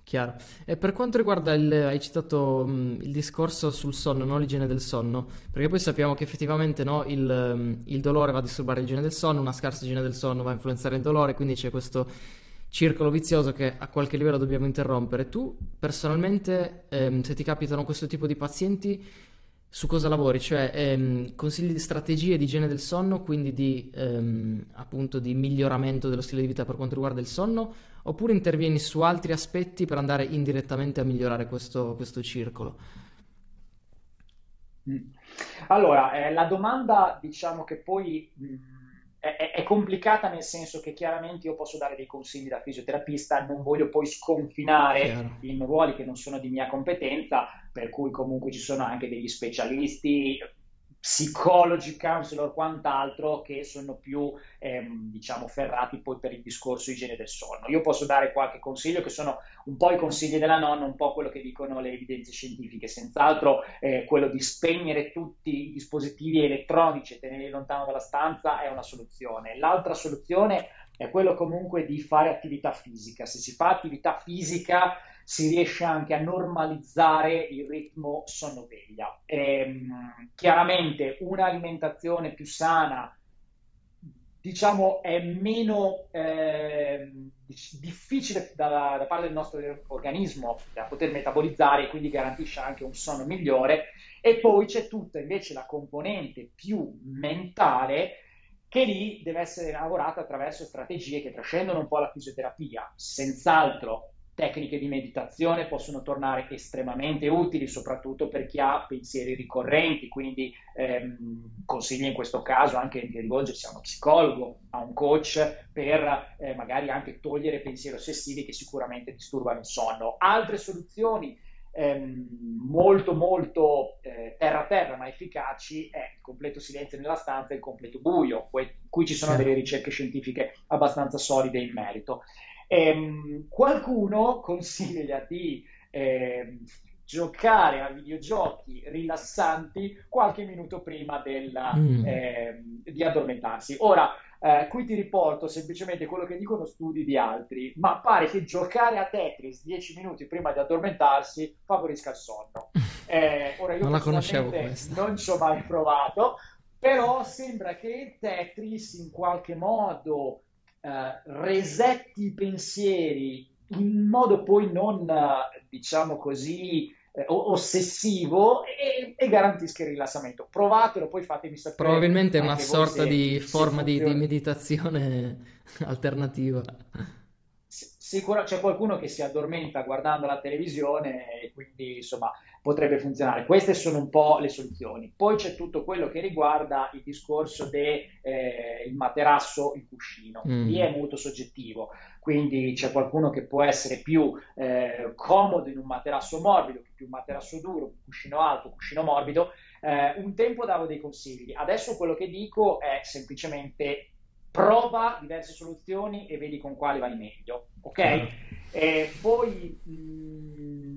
Chiaro. E per quanto riguarda il, hai citato mh, il discorso sul sonno, no? L'igiene del sonno, perché poi sappiamo che effettivamente no, il, mh, il dolore va a disturbare l'igiene del sonno, una scarsa igiene del sonno va a influenzare il dolore, quindi c'è questo circolo vizioso che a qualche livello dobbiamo interrompere. Tu personalmente, ehm, se ti capitano questo tipo di pazienti, su cosa lavori? Cioè, ehm, consigli di strategie di igiene del sonno, quindi di ehm, appunto di miglioramento dello stile di vita per quanto riguarda il sonno, oppure intervieni su altri aspetti per andare indirettamente a migliorare questo, questo circolo? Mm. Allora, eh, la domanda diciamo che poi mh, è, è- è complicata nel senso che chiaramente io posso dare dei consigli da fisioterapista, non voglio poi sconfinare Chiaro. in ruoli che non sono di mia competenza, per cui comunque ci sono anche degli specialisti, psicologi, counselor, quant'altro, che sono più, ehm, diciamo, ferrati poi per il discorso igiene del sonno. Io posso dare qualche consiglio che sono un po' i consigli della nonna, un po' quello che dicono le evidenze scientifiche, senz'altro eh, quello di spegnere tutti i dispositivi elettronici e tenerli lontano dalla stanza è una soluzione. L'altra soluzione è quello comunque di fare attività fisica. Se si fa attività fisica si riesce anche a normalizzare il ritmo sonno-veglia. Ehm, chiaramente un'alimentazione più sana, diciamo, è meno ehm, difficile da, da parte del nostro organismo da poter metabolizzare e quindi garantisce anche un sonno migliore. E poi c'è tutta invece la componente più mentale che lì deve essere lavorata attraverso strategie che trascendono un po' la fisioterapia. Senz'altro tecniche di meditazione possono tornare estremamente utili, soprattutto per chi ha pensieri ricorrenti, quindi ehm, consiglio in questo caso anche di rivolgersi a uno psicologo, a un coach, per eh, magari anche togliere pensieri ossessivi che sicuramente disturbano il sonno. Altre soluzioni ehm, molto molto eh, terra terra ma efficaci è il completo silenzio nella stanza e il completo buio. Qui ci sono delle Chiaro. ricerche scientifiche abbastanza solide in merito. Ehm, qualcuno consiglia di ehm, giocare a videogiochi rilassanti qualche minuto prima della, Mm. ehm, di addormentarsi. Ora, eh, qui ti riporto semplicemente quello che dicono studi di altri, ma pare che giocare a Tetris dieci minuti prima di addormentarsi favorisca il sonno. Eh, ora, io Non la conoscevo personalmente questa. non ci ho mai provato, però sembra che il Tetris in qualche modo eh, resetti i pensieri in modo poi non, eh, diciamo così, eh, ossessivo e, e garantisca il rilassamento. Provatelo, poi fatemi sapere Probabilmente è una anche voi sorta se, di se forma di, di funziona. meditazione alternativa. Sicuro c'è qualcuno che si addormenta guardando la televisione e quindi insomma potrebbe funzionare. Queste sono un po' le soluzioni. Poi c'è tutto quello che riguarda il discorso del eh, materasso, il cuscino. Lì Mm. è molto soggettivo, quindi c'è qualcuno che può essere più eh, comodo in un materasso morbido, più un materasso duro, cuscino alto, cuscino morbido. Eh, un tempo davo dei consigli, adesso quello che dico è semplicemente prova diverse soluzioni e vedi con quali vai meglio, ok? Chiaro. E poi mh,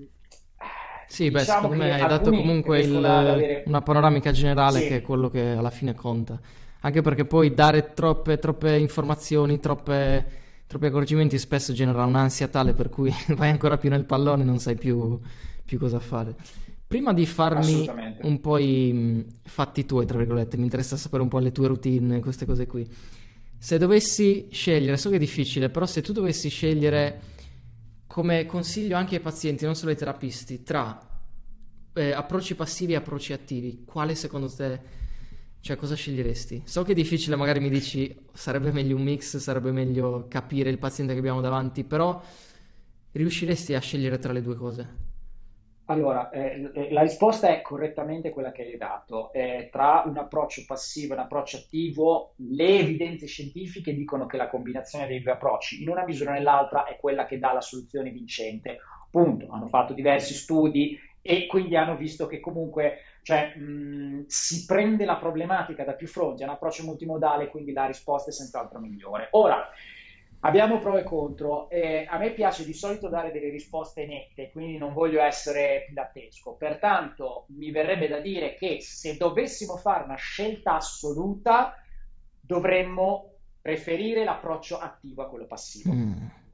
Sì, beh, diciamo secondo me che hai dato alcuni comunque riescono ad il- avere. una panoramica generale che è Sì, quello che alla fine conta. Anche perché poi dare troppe, troppe informazioni, troppe, troppi accorgimenti spesso genera un'ansia tale per cui vai ancora più nel pallone e non sai più, più cosa fare. Prima di farmi assolutamente. un po' i mh, fatti tuoi, tra virgolette, mi interessa sapere un po' le tue routine, queste cose qui. Se dovessi scegliere, so che è difficile, però se tu dovessi scegliere come consiglio anche ai pazienti, non solo ai terapisti, tra eh, approcci passivi e approcci attivi, quale secondo te, cioè cosa sceglieresti? So che è difficile, magari mi dici sarebbe meglio un mix, sarebbe meglio capire il paziente che abbiamo davanti, però riusciresti a scegliere tra le due cose? Allora, eh, eh, la risposta è correttamente quella che hai dato. Eh, tra un approccio passivo e un approccio attivo, le evidenze scientifiche dicono che la combinazione dei due approcci, in una misura o nell'altra, è quella che dà la soluzione vincente. Punto. Hanno fatto diversi studi e quindi hanno visto che comunque, cioè, mh, si prende la problematica da più fronti, è un approccio multimodale, quindi la risposta è senz'altro migliore. Ora, abbiamo pro e contro. Eh, a me piace di solito dare delle risposte nette, quindi non voglio essere pilattesco. Pertanto mi verrebbe da dire che se dovessimo fare una scelta assoluta, dovremmo preferire l'approccio attivo a quello passivo. Mm.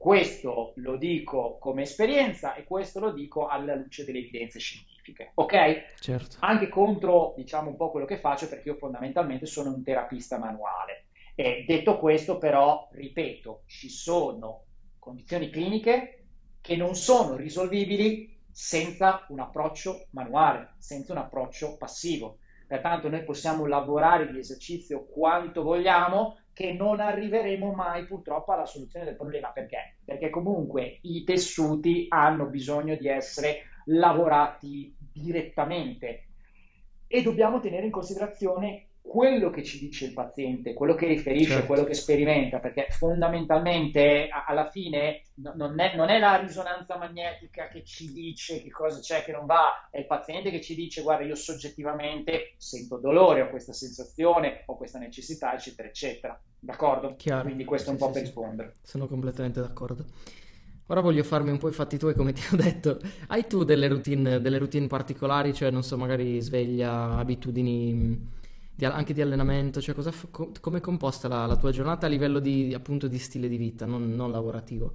Questo lo dico come esperienza e questo lo dico alla luce delle evidenze scientifiche, ok? Certo, Anche contro, diciamo, un po' quello che faccio, perché io fondamentalmente sono un terapista manuale. E detto questo, però, ripeto, ci sono condizioni cliniche che non sono risolvibili senza un approccio manuale, senza un approccio passivo. Pertanto noi possiamo lavorare di esercizio quanto vogliamo, che non arriveremo mai purtroppo alla soluzione del problema. Perché? Perché comunque i tessuti hanno bisogno di essere lavorati direttamente e dobbiamo tenere in considerazione quello che ci dice il paziente, quello che riferisce, quello certo. che sperimenta, perché fondamentalmente a- alla fine no- non è, non è la risonanza magnetica che ci dice che cosa c'è che non va, è il paziente che ci dice guarda io soggettivamente sento dolore, ho questa sensazione, ho questa necessità, eccetera, eccetera. D'accordo? Chiaro, Quindi questo è sì, un po' sì, per sì, rispondere. sono completamente d'accordo. Ora voglio farmi un po' i fatti tuoi, come ti ho detto. Hai tu delle routine, delle routine particolari, cioè non so, magari sveglia, abitudini mh, di- anche di allenamento, cioè cosa, f- co- come è composta la, la tua giornata a livello di, appunto, di stile di vita, non, non lavorativo?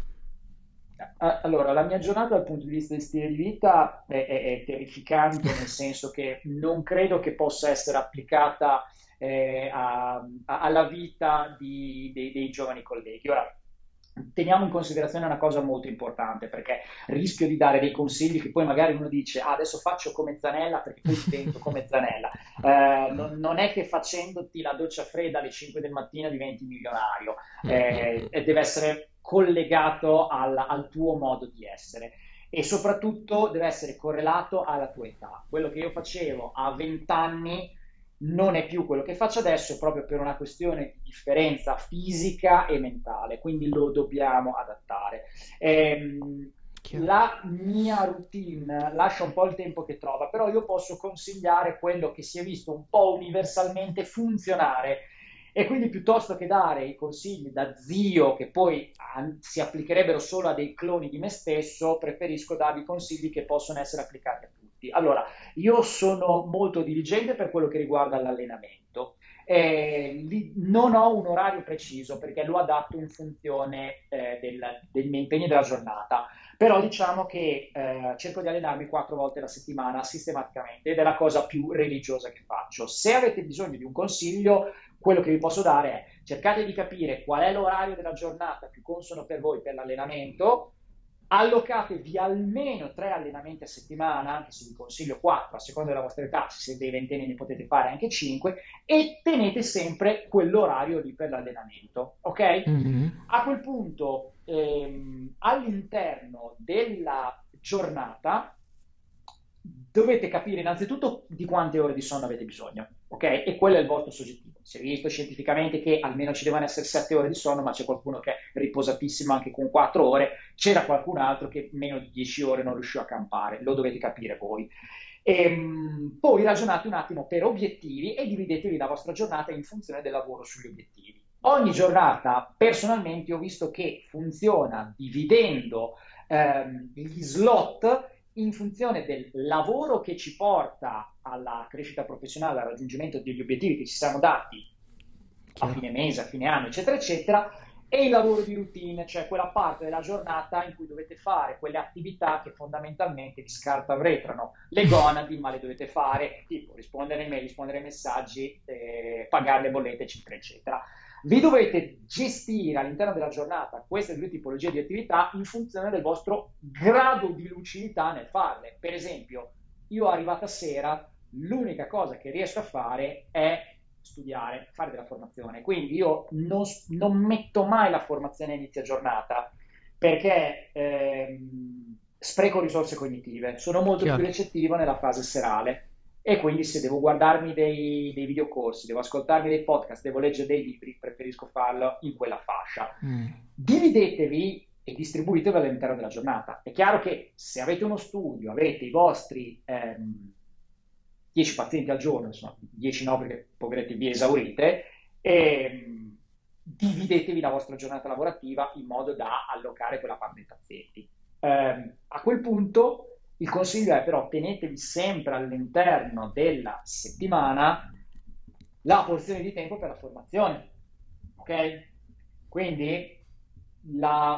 A- Allora, la mia giornata dal punto di vista di stile di vita è, è- è terrificante, nel senso che non credo che possa essere applicata eh, a- a- alla vita di- dei, dei giovani colleghi. Ora, teniamo in considerazione una cosa molto importante, perché rischio di dare dei consigli che poi magari uno dice, ah, adesso faccio come Zanella perché poi divento come Zanella. Eh, non, non è che facendoti la doccia fredda alle cinque del mattino diventi milionario, Mm, mm, eh, mm. e deve essere collegato al, al tuo modo di essere e soprattutto deve essere correlato alla tua età. Quello che io facevo a venti anni non è più quello che faccio adesso proprio per una questione di differenza fisica e mentale, quindi lo dobbiamo adattare. Ehm, Chiaro. la mia routine lascia un po' il tempo che trova, però io posso consigliare quello che si è visto un po' universalmente funzionare e quindi piuttosto che dare i consigli da zio che poi ah, si applicherebbero solo a dei cloni di me stesso, preferisco darvi consigli che possono essere applicati a tutti. Allora, io sono molto diligente per quello che riguarda l'allenamento. Eh, li- non ho un orario preciso perché lo adatto in funzione eh, del, dei miei impegni della giornata, però diciamo che eh, cerco di allenarmi quattro volte alla settimana sistematicamente ed è la cosa più religiosa che faccio. Se avete bisogno di un consiglio, quello che vi posso dare è cercate di capire qual è l'orario della giornata più consono per voi per l'allenamento, allocatevi almeno tre allenamenti a settimana, anche se vi consiglio quattro, a seconda della vostra età, se siete dei ventenni ne potete fare anche cinque, e tenete sempre quell'orario lì per l'allenamento, ok? Mhm. A quel punto, ehm, all'interno della giornata, dovete capire innanzitutto di quante ore di sonno avete bisogno, ok? E quello è il vostro soggettivo. Si è visto scientificamente che almeno ci devono essere sette ore di sonno, ma c'è qualcuno che è riposatissimo anche con quattro ore, c'era qualcun altro che meno di dieci ore non riusciva a campare, lo dovete capire voi. E, poi ragionate un attimo per obiettivi e dividetevi la vostra giornata in funzione del lavoro sugli obiettivi. Ogni giornata, personalmente, ho visto che funziona dividendo ehm, gli slot in funzione del lavoro che ci porta alla crescita professionale, al raggiungimento degli obiettivi che ci siamo dati a Chiaro. fine mese, a fine anno, eccetera, eccetera, e il lavoro di routine, cioè quella parte della giornata in cui dovete fare quelle attività che fondamentalmente vi scartavetrano le gonadi, ma le dovete fare, tipo rispondere ai mail, rispondere ai messaggi, eh, pagare le bollette, eccetera, eccetera. Vi dovete gestire all'interno della giornata queste due tipologie di attività in funzione del vostro grado di lucidità nel farle. Per esempio, io arrivata sera, l'unica cosa che riesco a fare è studiare, fare della formazione. Quindi io non, non metto mai la formazione a inizio giornata perché ehm, spreco risorse cognitive, sono molto più Chiaro. recettivo nella fase serale e quindi se devo guardarmi dei, dei videocorsi, devo ascoltarmi dei podcast, devo leggere dei libri, preferisco farlo in quella fascia. Mm. Dividetevi e distribuitevi all'interno della giornata. È chiaro che se avete uno studio, avete i vostri ehm, dieci pazienti al giorno, insomma, dieci no perché poveretti vi esaurite, e dividetevi la vostra giornata lavorativa in modo da allocare quella parte dei pazienti. Eh, a quel punto il consiglio è però tenetevi sempre all'interno della settimana la porzione di tempo per la formazione, ok? Quindi la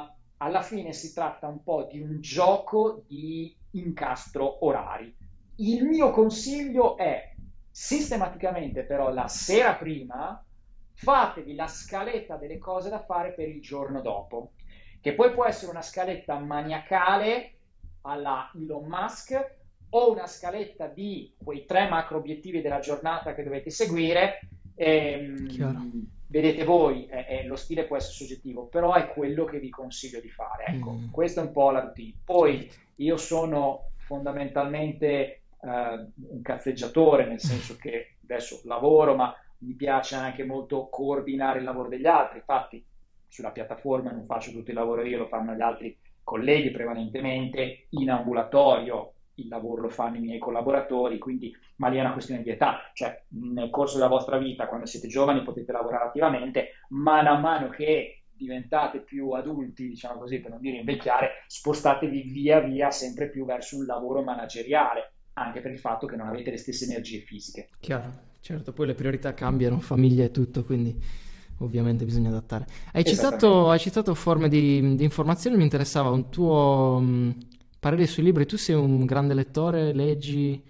alla fine si tratta un po' di un gioco di incastro orari. Il mio consiglio è sistematicamente, però, la sera prima, fatevi la scaletta delle cose da fare per il giorno dopo, che poi può essere una scaletta maniacale alla Elon Musk o una scaletta di quei tre macro obiettivi della giornata che dovete seguire. Ehm, vedete voi, eh, eh, lo stile può essere soggettivo, però è quello che vi consiglio di fare. Ecco, mm. Questa è un po' la routine. Poi io sono fondamentalmente eh, un cazzeggiatore, nel senso che adesso lavoro, ma mi piace anche molto coordinare il lavoro degli altri. Infatti sulla piattaforma non faccio tutto il lavoro io, lo fanno gli altri colleghi prevalentemente. In ambulatorio il lavoro lo fanno i miei collaboratori, quindi, ma lì è una questione di età, cioè nel corso della vostra vita, quando siete giovani, potete lavorare attivamente, man a mano che diventate più adulti, diciamo così, per non dire invecchiare, spostatevi via via sempre più verso un lavoro manageriale, anche per il fatto che non avete le stesse energie fisiche. Chiaro, certo, poi le priorità cambiano, famiglia e tutto, quindi ovviamente bisogna adattare. Hai citato, hai citato forme di, di informazione, mi interessava un tuo mh, parere sui libri. Tu sei un grande lettore, leggi?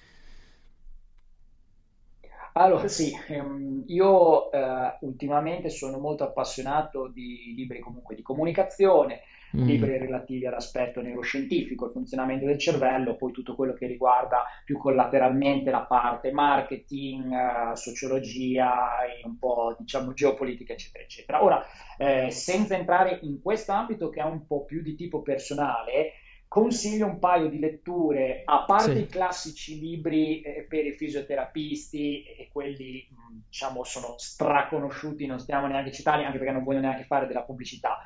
Allora sì, ehm, io eh, ultimamente sono molto appassionato di libri comunque di comunicazione, Mm, libri relativi all'aspetto neuroscientifico, il funzionamento del cervello, poi tutto quello che riguarda più collateralmente la parte marketing, eh, sociologia, e un po' diciamo geopolitica, eccetera, eccetera. Ora, eh, senza entrare in questo ambito che è un po' più di tipo personale, consiglio un paio di letture, a parte sì, i classici libri eh, per i fisioterapisti, e quelli mh, diciamo sono straconosciuti, non stiamo neanche citando, anche perché non voglio neanche fare della pubblicità.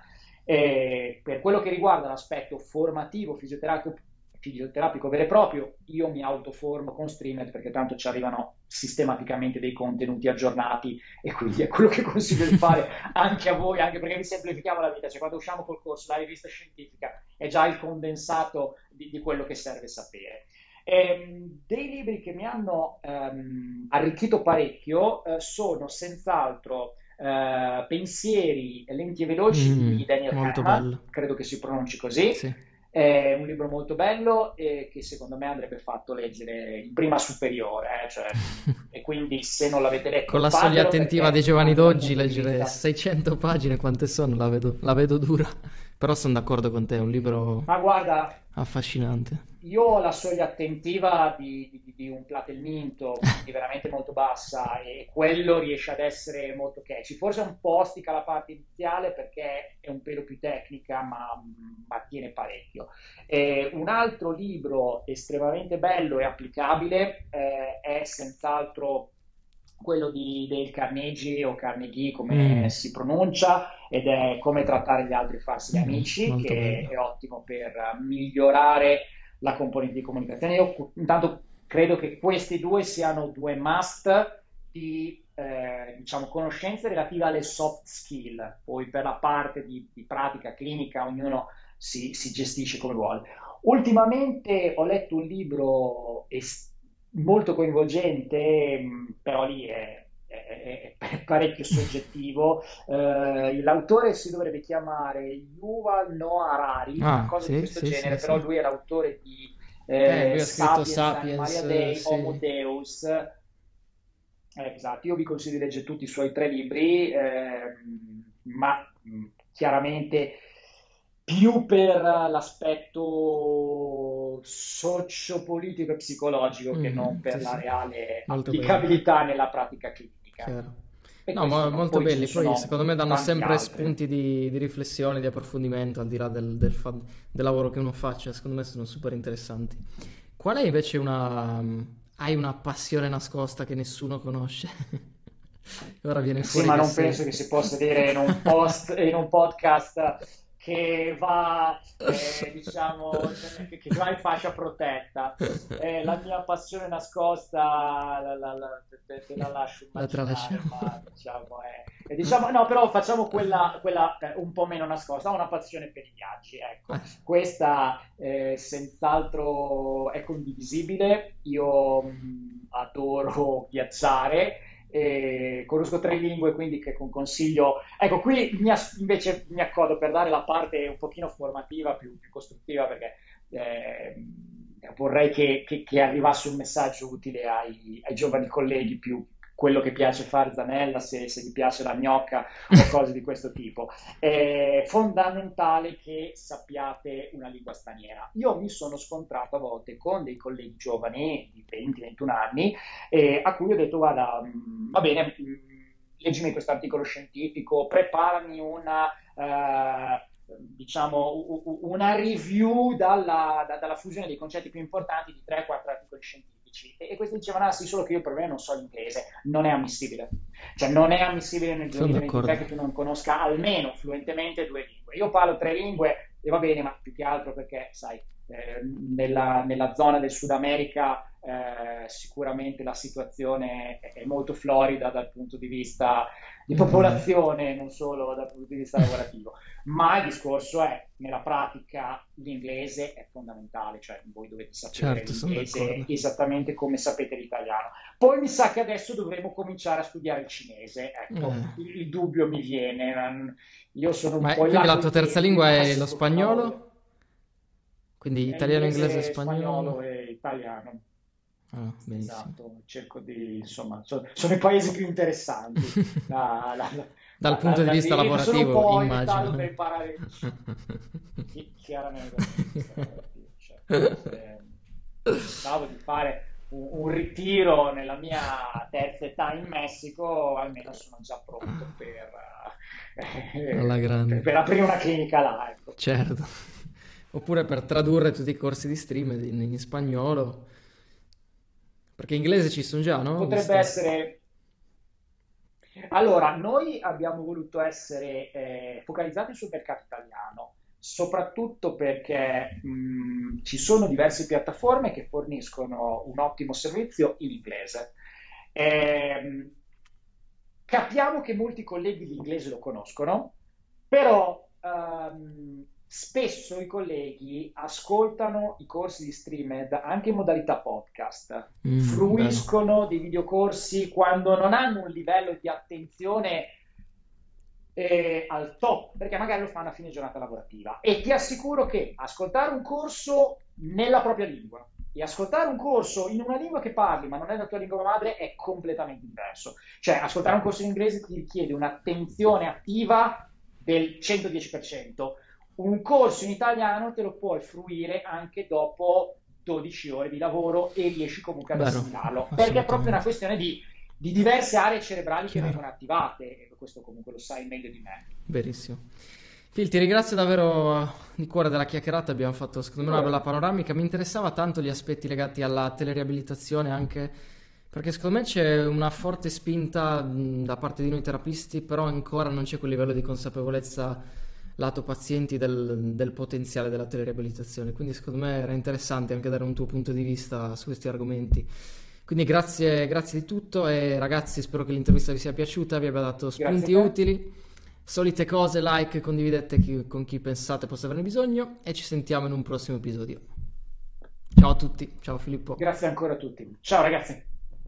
Eh, per quello che riguarda l'aspetto formativo, fisioterapico, fisioterapico vero e proprio, io mi autoformo con Streamer perché tanto ci arrivano sistematicamente dei contenuti aggiornati, e quindi è quello che consiglio di fare anche a voi, anche perché vi semplifichiamo la vita. Cioè, quando usciamo col corso, la rivista scientifica è già il condensato di, di quello che serve sapere. Ehm, dei libri che mi hanno ehm, arricchito parecchio eh, sono senz'altro eh, Pensieri lenti e veloci mm, di Daniel molto Kahneman, bello. credo che si pronunci così. Sì. È un libro molto bello e che secondo me andrebbe fatto leggere in prima superiore, eh, cioè, e quindi se non l'avete letto Con la soglia fatelo, attentiva perché dei giovani anche dal d'oggi, punto di leggere vista... seicento pagine, quante sono? La vedo, la vedo dura. Però sono d'accordo con te, è un libro Ma guarda, affascinante. io ho la soglia attentiva di, di- di un Platelminto, quindi veramente molto bassa, e quello riesce ad essere molto catchy. Forse un po' ostica la parte iniziale perché è un pelo più tecnica, ma, ma tiene parecchio. Eh, un altro libro estremamente bello e applicabile eh, è senz'altro quello di Dale Carnegie o Carnegie come Mm, si pronuncia, ed è Come trattare gli altri e farsi gli mm, amici, molto che bello. è ottimo per migliorare la componente di comunicazione. Io intanto credo che questi due siano due must di eh, diciamo, conoscenze relative alle soft skill, poi per la parte di, di pratica clinica ognuno si, si gestisce come vuole. Ultimamente ho letto un libro est- molto coinvolgente, mh, però lì è, è- è parecchio soggettivo. Eh, l'autore si dovrebbe chiamare Yuval Noah Harari, una Ah, cosa di sì, questo sì, sì, genere, però sì. lui è l'autore di Eh, eh, lui ha scritto Sapiens, Sapiens, Animalia eh, Dei, Homo sì. Deus. Eh, esatto, io vi consiglio di leggere tutti i suoi tre libri, ehm, ma mh, chiaramente più per l'aspetto socio-politico e psicologico che non Mhm, per sì, la sì, reale molto belli, applicabilità nella pratica clinica. chiaro. E No, questi mo- sono, molto poi ce ne belli, poi sono secondo me danno tanti sempre altri. spunti di, di riflessione, di approfondimento, al di là del, del fa- del lavoro che uno faccia, secondo me sono super interessanti. Qual è invece una... hai una passione nascosta che nessuno conosce? Ora viene Sì, fuori ma che non sei... penso che si possa dire in un post, in un podcast che va, eh, diciamo, che, che va in fascia protetta. Eh, la mia passione nascosta la, la- la- te, te la lascio La immaginare, tralasciamo. ma diciamo, è, e diciamo no, però facciamo quella, quella, eh, un po' meno nascosta. Ho una passione per i viaggi, ecco. Eh, Questa eh, senz'altro è condivisibile. Io mh, adoro viaggiare e conosco tre lingue, quindi che con consiglio... Ecco, qui mi as- invece mi accodo per dare la parte un pochino formativa, più, più costruttiva, perché eh, vorrei che, che- che arrivasse un messaggio utile ai, ai giovani colleghi, più quello che piace fare Zanella, se, se gli piace la gnocca o cose di questo tipo. È fondamentale che sappiate una lingua straniera. Io mi sono scontrato a volte con dei colleghi giovani di venti ventuno anni, eh, a cui ho detto: guarda, mh, va bene, mh, leggimi questo articolo scientifico, preparami una, eh, diciamo, u- u- una review dalla, da- dalla fusione dei concetti più importanti di tre quattro articoli scientifici. E, e questi dicevano: ah sì, solo che io per me non so l'inglese. Non è ammissibile. Cioè, non è ammissibile nel Sono duemilaventitré d'accordo. che tu non conosca almeno fluentemente due lingue. Io parlo tre lingue e va bene, ma più che altro perché, sai, eh, nella, nella zona del Sud America eh, sicuramente la situazione è, è molto florida dal punto di vista di Mm. popolazione, non solo dal punto di vista lavorativo. Ma il discorso è, nella pratica, l'inglese è fondamentale, cioè voi dovete sapere Certo, sono l'inglese d'accordo. esattamente come sapete l'italiano. Poi mi sa che adesso dovremo cominciare a studiare il cinese, ecco, Eh. il, il dubbio mi viene, non- io sono un Ma po' in quindi là la coi tua terza tempi, lingua ma è lo sotto la voglia. spagnolo? Quindi È italiano, inglese e inglese, spagnolo spagnolo? e italiano. Ah, benissimo. Esatto, cerco di, insomma, so- sono i paesi più interessanti. La- la- Dal la- la- punto di la- vista di- sono un lavorativo, po' in ritardo per immagino. imparare il cinese. Chi- chiaramente dal punto di vista lavorativo, certo. Se- Pensavo di fare un, un ritiro nella mia terza età in Messico, almeno sono già pronto per, Alla eh, per- grande. per aprire una clinica là, ecco. Certo. Oppure per tradurre tutti i corsi di stream in, in spagnolo. Perché in inglese ci sono già, no? Ho Potrebbe visto. essere. Allora, noi abbiamo voluto essere eh, focalizzati sul mercato italiano, soprattutto perché mh, ci sono diverse piattaforme che forniscono un ottimo servizio in inglese. Ehm, Capiamo che molti colleghi l'inglese lo conoscono, però ehm, spesso i colleghi ascoltano i corsi di Streamed anche in modalità podcast, Mm, vero. fruiscono dei videocorsi quando non hanno un livello di attenzione eh, al top, perché magari lo fanno a fine giornata lavorativa. E ti assicuro che ascoltare un corso nella propria lingua e ascoltare un corso in una lingua che parli, ma non è la tua lingua madre, è completamente diverso. Cioè, ascoltare un corso in inglese ti richiede un'attenzione attiva del centodieci per cento. Un corso in italiano te lo puoi fruire anche dopo dodici ore di lavoro e riesci comunque ad Vero, assimilarlo, perché è proprio una assolutamente. questione di, di diverse aree cerebrali che Chiaro. vengono attivate, e questo comunque lo sai meglio di me. Verissimo. Phil, ti ringrazio davvero eh, di cuore della chiacchierata, abbiamo fatto secondo me una bella Figurati. panoramica, mi interessava tanto gli aspetti legati alla teleriabilitazione anche perché secondo me c'è una forte spinta mh, da parte di noi terapisti, però ancora non c'è quel livello di consapevolezza lato pazienti del, del potenziale della teleriabilitazione, quindi secondo me era interessante anche dare un tuo punto di vista su questi argomenti. Quindi grazie, grazie di tutto e ragazzi spero che l'intervista vi sia piaciuta, vi abbia dato Grazie a spunti te. utili. Solite cose, like, condividete chi- con chi pensate possa averne bisogno e ci sentiamo in un prossimo episodio. Ciao a tutti, ciao Filippo. Grazie ancora a tutti. Ciao ragazzi.